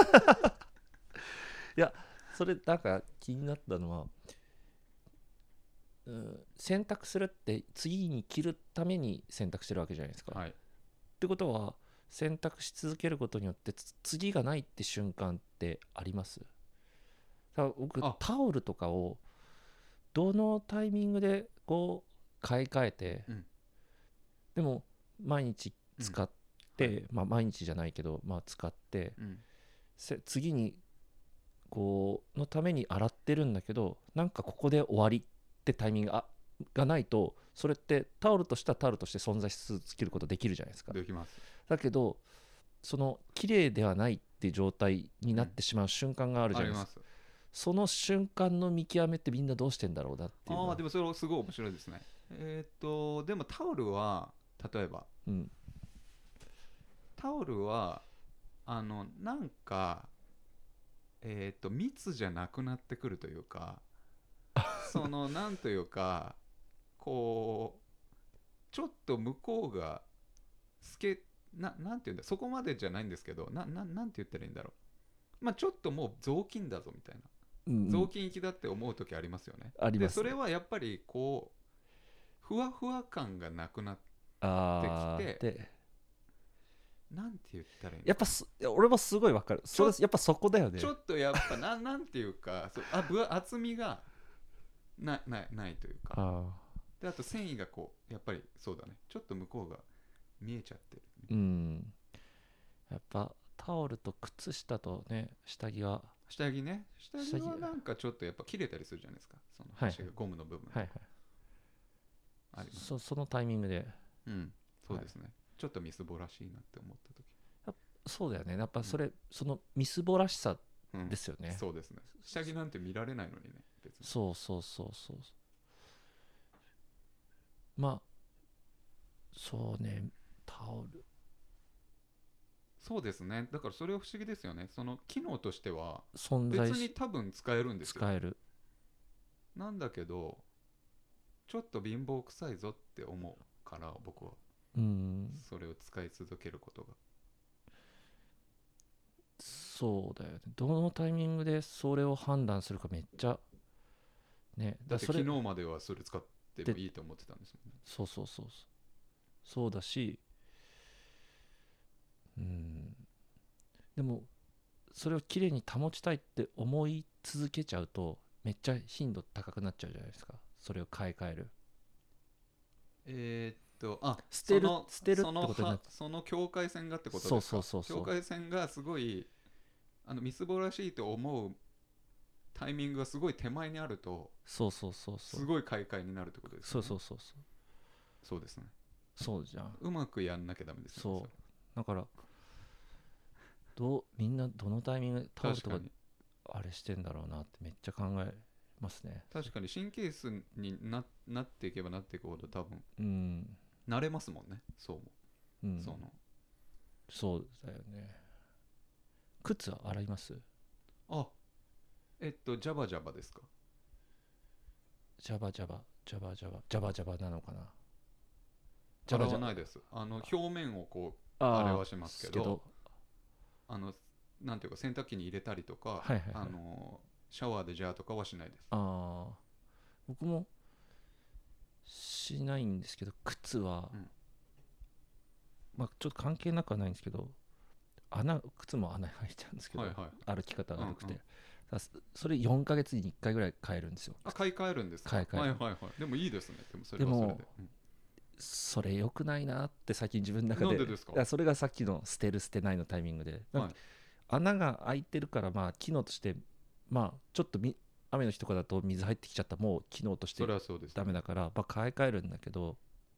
B: いや、それなんか気になったのは、洗濯するって次に着るために洗濯してるわけじゃないですか。ってことは洗濯し続けることによって次がないって瞬間ってあります？僕タオルとかをどのタイミングでこう買い替えて、でも毎日使って、毎日じゃないけど、使って、次にこうのために洗ってるんだけど、なんかここで終わりってタイミングがないと、それってタオルとしてはタオルとして存在し続けることできるじゃないですか。
A: できます。
B: だけどその綺麗ではないっていう状態になってしまう瞬間があるじゃないですか。その瞬間の見極めってみんなどうしてんだろうなっていう。
A: でもそれすごい面白いですね。でもタオルは例えば、タオルはなんか密じゃなくなってくるというかなんというか、こうちょっと向こうがなんていうんだ、そこまでじゃないんですけど、なんて言ったらいいんだろう。ちょっともう雑巾だぞみたいな、雑巾行きだって思う時ありますよね。でそれはやっぱりこうふわふわ感がなくなってきて、なんて言ったらいいの？
B: やっぱ俺もすごいわかる。やっぱそこだよね。
A: ちょっとやっぱなんていうか厚みがないというか、であと繊維がこうやっぱりそうだね、ちょっと向こうが見えちゃってる。
B: やっぱタオルと靴下とね、下着は
A: なんかちょっとやっぱ切れたりするじゃないですか、その端がゴムの部分。あります。
B: そのタイミングで。
A: そうですね。ちょっとみすぼらしいなって思った時。
B: そうだよね。やっぱそれ、そのみすぼらしさですよね。
A: そうですね。下着なんて見られないのにね、別に。
B: そうそうそうそう。まあそうね、タオル。
A: そうですね。だからそれは不思議ですよね。その機能としては
B: 存在し
A: 別に多分使えるんですよ。
B: 使える。
A: なんだけどちょっと貧乏臭いぞって思うから僕はそれを使い続けることが。
B: そうだよね。どのタイミングでそれを判断するかめっちゃね。
A: だって昨日まではそれ使ってもいいと思ってたんですもんね。
B: そうそうそうそうだし、でもそれをきれいに保ちたいって思い続けちゃうとめっちゃ頻度高くなっちゃうじゃないですか。それを買い替える。捨てるってことになって、
A: その境界線がってことですか。
B: そう
A: 境界線がすごいみすぼらしいと思うタイミングがすごい手前にあると、
B: す
A: ごい買い替えになるってことですよね。そうですね。
B: そうじゃん。
A: うまくやんなきゃダメですよね。
B: そうだからみんなどのタイミングでタオルとかあれしてんだろうなってめっちゃ考えますね。
A: 確かに神経質になっていけばなっていくほど多分、慣れますもんね。そうも、
B: そうだよね。靴は洗います？
A: ジャバジャバですか？
B: ジャバジャバなのかな。
A: 洗わないです。表面をこうあれはしますけど、なんていうか洗濯機に入れたりとか、シャワーでジャーとかはしないです。
B: 僕もしないんですけど、靴は、ちょっと関係なくはないんですけど、靴も穴に入っちゃうんですけど、歩き方が悪くて、それ4ヶ月に1回ぐらい変えるんですよ。
A: 買い替えるんですか？
B: 買い替える。
A: でもいいですね。でもそれはそれで。
B: それ良くないなって最近自分の中で。
A: なんでですか？
B: それがさっきの捨てる捨てないのタイミングで、穴が開いてるから機能としてちょっと雨の日とかだと水入ってきちゃったらもう機能としてダメだから買い替えるんだけど、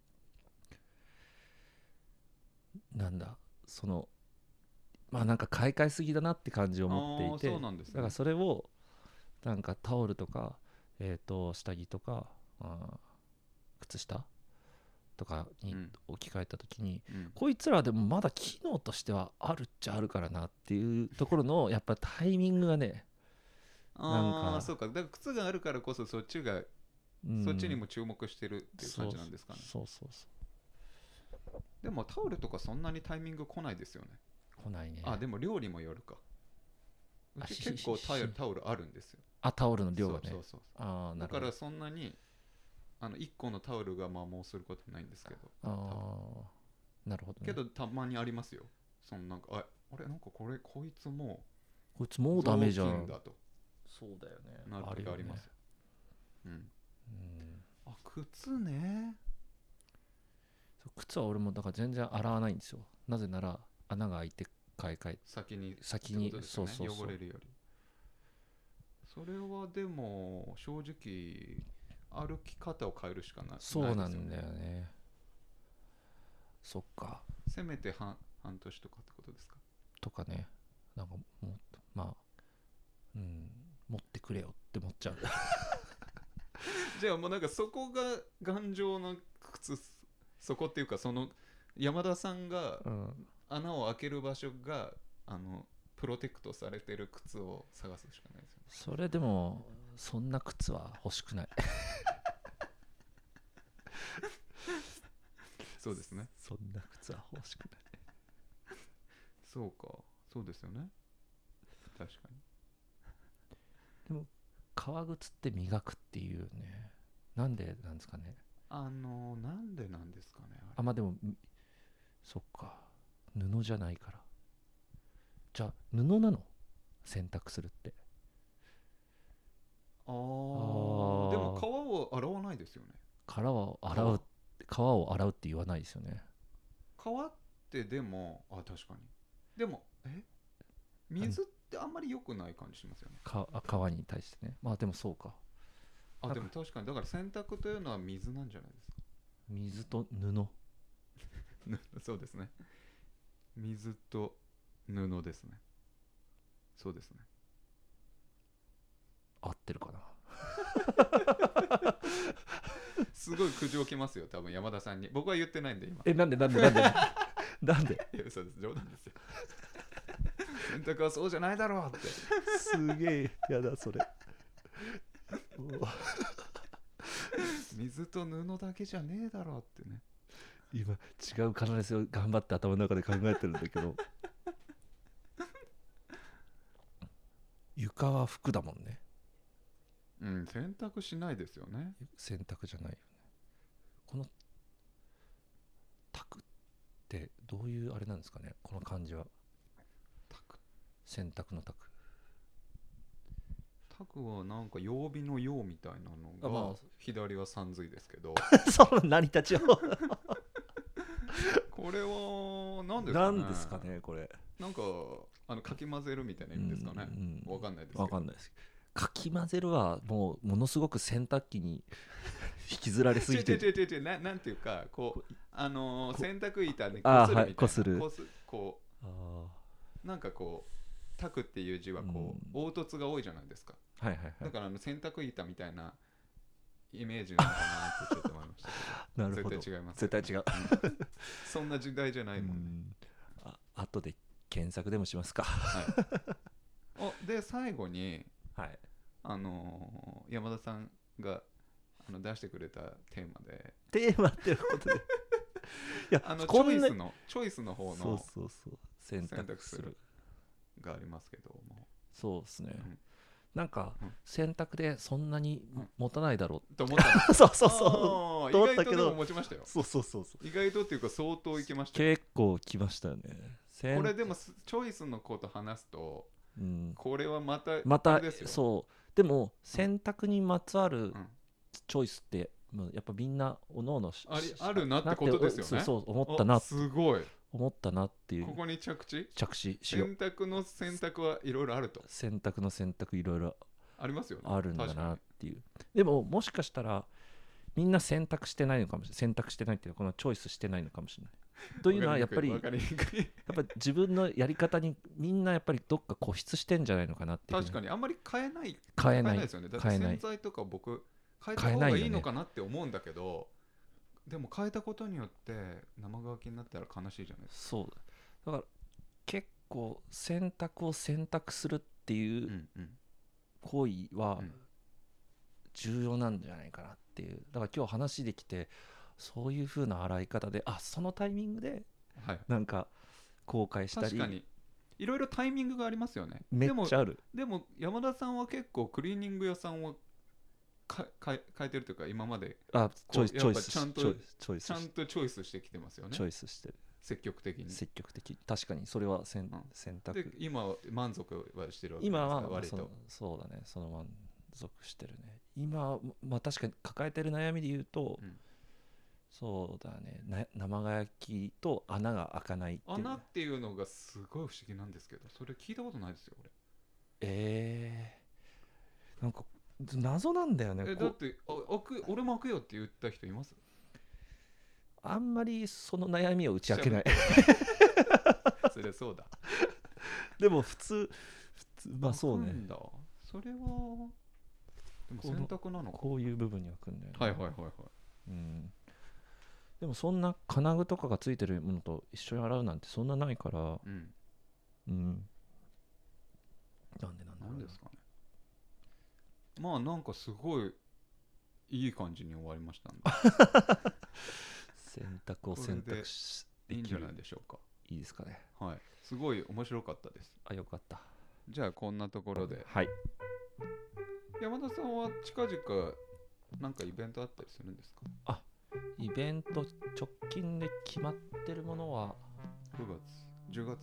B: なんだそのなんか買い替えすぎだなって感じを持っていて、だからそれをなんかタオルとか下着とか靴下とかに置き換えた時に、こいつらでもまだ機能としてはあるっちゃあるからなっていうところのやっぱタイミングがね、
A: なんかそうか。だから靴があるからこそそっちにも注目してるっていう感じなんですかね。
B: そう
A: でもタオルとかそんなにタイミング来ないですよね。
B: 来ないね。
A: でも料理もよるか。うち結構タオルあるんですよ。
B: タオルの量がね。
A: だからそんなに1個のタオルが摩耗することないんですけど。
B: なるほどね。
A: けどたまにありますよ。なんかあれなんかこいつも
B: うダメじゃん
A: だと。
B: そうだよね。
A: なる時ありますよ。靴ね。
B: 靴は俺もだから全然洗わないんですよ。なぜなら穴が開いて買い替え先に
A: そう汚れるより。それはでも正直歩き方を変えるしかないですよね。
B: そうなんだよね。そっか。
A: せめて半年とかってことですか？
B: とかね。なんかもっと持ってくれよって思っちゃう。
A: じゃあもうなんかそこが頑丈な靴、そこっていうかその山田さんが穴を開ける場所がプロテクトされてる靴を探すしかないですよね。
B: それでもそんな靴は欲しくない。
A: そうですね。
B: そんな靴は欲しくない。
A: そうか、そうですよね。確かに。
B: でも革靴って磨くっていうね。なんでなんですかね。
A: なんでなんですかね。
B: でもそっか、布じゃないから。じゃあ布なの？洗濯するって。
A: でも革を洗わないですよね。
B: 革を洗うって言わないですよね。
A: 革ってでも確かに。でも水ってあんまり良くない感じしますよね。
B: 革に対してね。でもそうか。
A: でも確かにだから洗濯というのは水なんじゃないですか。
B: 水と布。
A: そうですね。水と布ですね。そうですね。
B: 合ってるかな。
A: すごい苦情きますよ多分山田さんに。僕は言ってないんで今。
B: なんでなんで
A: いや嘘です、冗談ですよ。洗濯はそうじゃないだろうって。
B: すげえやだそれ。
A: 水と布だけじゃねえだろうってね。
B: 今違う可能性を頑張って頭の中で考えてるんだけど床は服だもんね。
A: うん、洗濯しないですよね。
B: 洗濯じゃないよね。このタクってどういうあれなんですかね、この漢字は。
A: タク、
B: 洗濯のタク。
A: タクはなんか曜日の曜みたいなのが、
B: まあ、
A: 左は三髄ですけど
B: そう成り立ちを
A: これは何ですかね。
B: 何ですかねこれ。
A: なんかかき混ぜるみたいな意味ですかね。わかんないですけど。
B: わかんないです。かき混ぜるはもうものすごく洗濯機に引きずられすぎてる。
A: なんていうかこう洗濯板で
B: こするみたいな。
A: こする。こうなんかこうタクっていう字はこう凹凸が多いじゃないですか。
B: はいはいはい。
A: だから洗濯板みたいなイメージなのかなってちょっと思いましたけど。
B: なるほど。
A: 絶対違います。
B: 絶対違う。
A: そんな時代じゃないもんね。
B: 後で検索でもしますか。
A: はい、で最後に、
B: はい、
A: 山田さんが出してくれたテーマで。
B: テーマってことで。いや
A: チョイスの方の
B: そう選択する
A: がありますけども。
B: そうですね。なんか選択でそんなに持たないだろう
A: と思った
B: そう
A: 意外とでも持ちましたよ。
B: そう
A: 意外とっていうか相当いけました
B: よ。結構きましたよね。
A: これでもチョイスのこと話すと、これはまたですよ。
B: そうでも選択にまつわるチョイスってやっぱみんなおのおの
A: あるなってことですよね。
B: そう思ったな。
A: すごい
B: 思ったなっていう。
A: ここに着地
B: しよう。
A: 選択の選択はいろいろあると。
B: 選択の選択いろいろ
A: ありますよね。
B: あるんだなっていう。でももしかしたらみんな選択してないのかもしれない。選択してないっていうのはこのチョイスしてないのかもしれない。というのはやっぱり自分のやり方にみんなやっぱりどっか固執してんじゃないのかなっていう。
A: 確かにあんまり変えないですよね。だって洗剤とか僕変えた方がいいのかなって思うんだけど、でも変えたことによって生乾きになったら悲しいじゃないですか。
B: そうだから結構選択を選択するっていう行為は重要なんじゃないかなっていう。だから今日話できてそういう風な洗い方でそのタイミングでなんか後悔したり、
A: 確かにいろいろタイミングがありますよね。
B: めっちゃある。
A: でも山田さんは結構クリーニング屋さんを変えてるというか今まで
B: チョイス
A: ちゃんとチョイスしてきてますよね。
B: チョイスしてる。
A: 積極的に。
B: 確かにそれは選択
A: で今は満足はしてるわけですか。
B: 今は
A: 割と
B: そうだね。その満足してるね。今確かに抱えてる悩みで言うと、そうだね。生乾きと穴が開かないっていう。
A: 穴っていうのがすごい不思議なんですけど、それ聞いたことないですよ俺。
B: なんか謎なんだよね。
A: だって俺も開くよって言った人います？
B: あんまりその悩みを打ち明けない。
A: それそうだ。
B: でも普通そうね。
A: それはでも選択なのか。
B: こういう部分に開くんだよね。
A: はい。
B: でもそんな金具とかがついてるものと一緒に洗うなんてそんなないから。なん
A: ですかね。まあなんかすごいいい感じに終わりましたんで
B: 選択を選択し
A: いいんじゃないでしょうか。
B: いいですかね。
A: はい、すごい面白かったです。
B: よかった。
A: じゃあこんなところで、
B: はい、
A: 山田さんは近々なんかイベントあったりするんですか？
B: イベント直近で決まってるものは
A: 9月10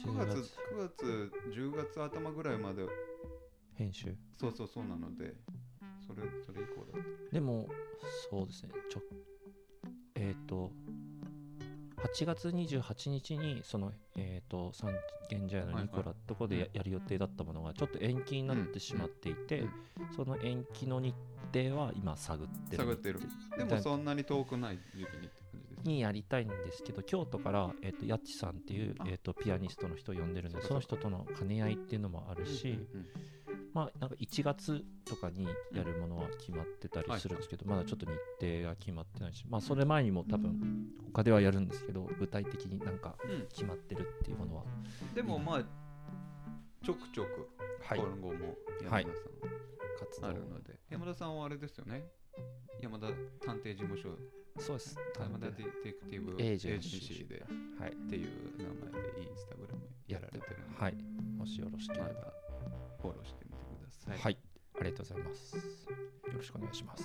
A: 月頭ぐらいまで
B: 編集。
A: そうなのでそれ以降だった。
B: でもそうですね。8月28日にその三軒茶屋のニコラとこでやる予定だったものがちょっと延期になってしまっていて、その延期の日程は今探ってる。
A: でもそんなに遠くない時期にって感じです
B: にやりたいんですけど、京都から、やっちさんっていう、ピアニストの人を呼んでるんで、その人との兼ね合いっていうのもあるし、まあなんか1月とかにやるものは決まってたりするんですけど、まだちょっと日程が決まってないし、まあそれ前にも多分他ではやるんですけど、具体的になんか決まってるっていうものは、
A: でもまあちょくちょく今後も山田さん活動あるので、山田さんはあれですよね、山田探偵事務所、
B: そうです、
A: 山田ディテクティブエージェンシーで、はい、っていう名前でインスタグラムやられてるので、
B: はい、もしよろしければ
A: フォローしてみてください。
B: はい、ありがとうございます。よろしくお願いします。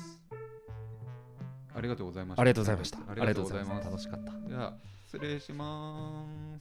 A: ありがとうございました。
B: ありがとうございました。
A: ありがとうございます。
B: 楽しかった。
A: じゃあ失礼します。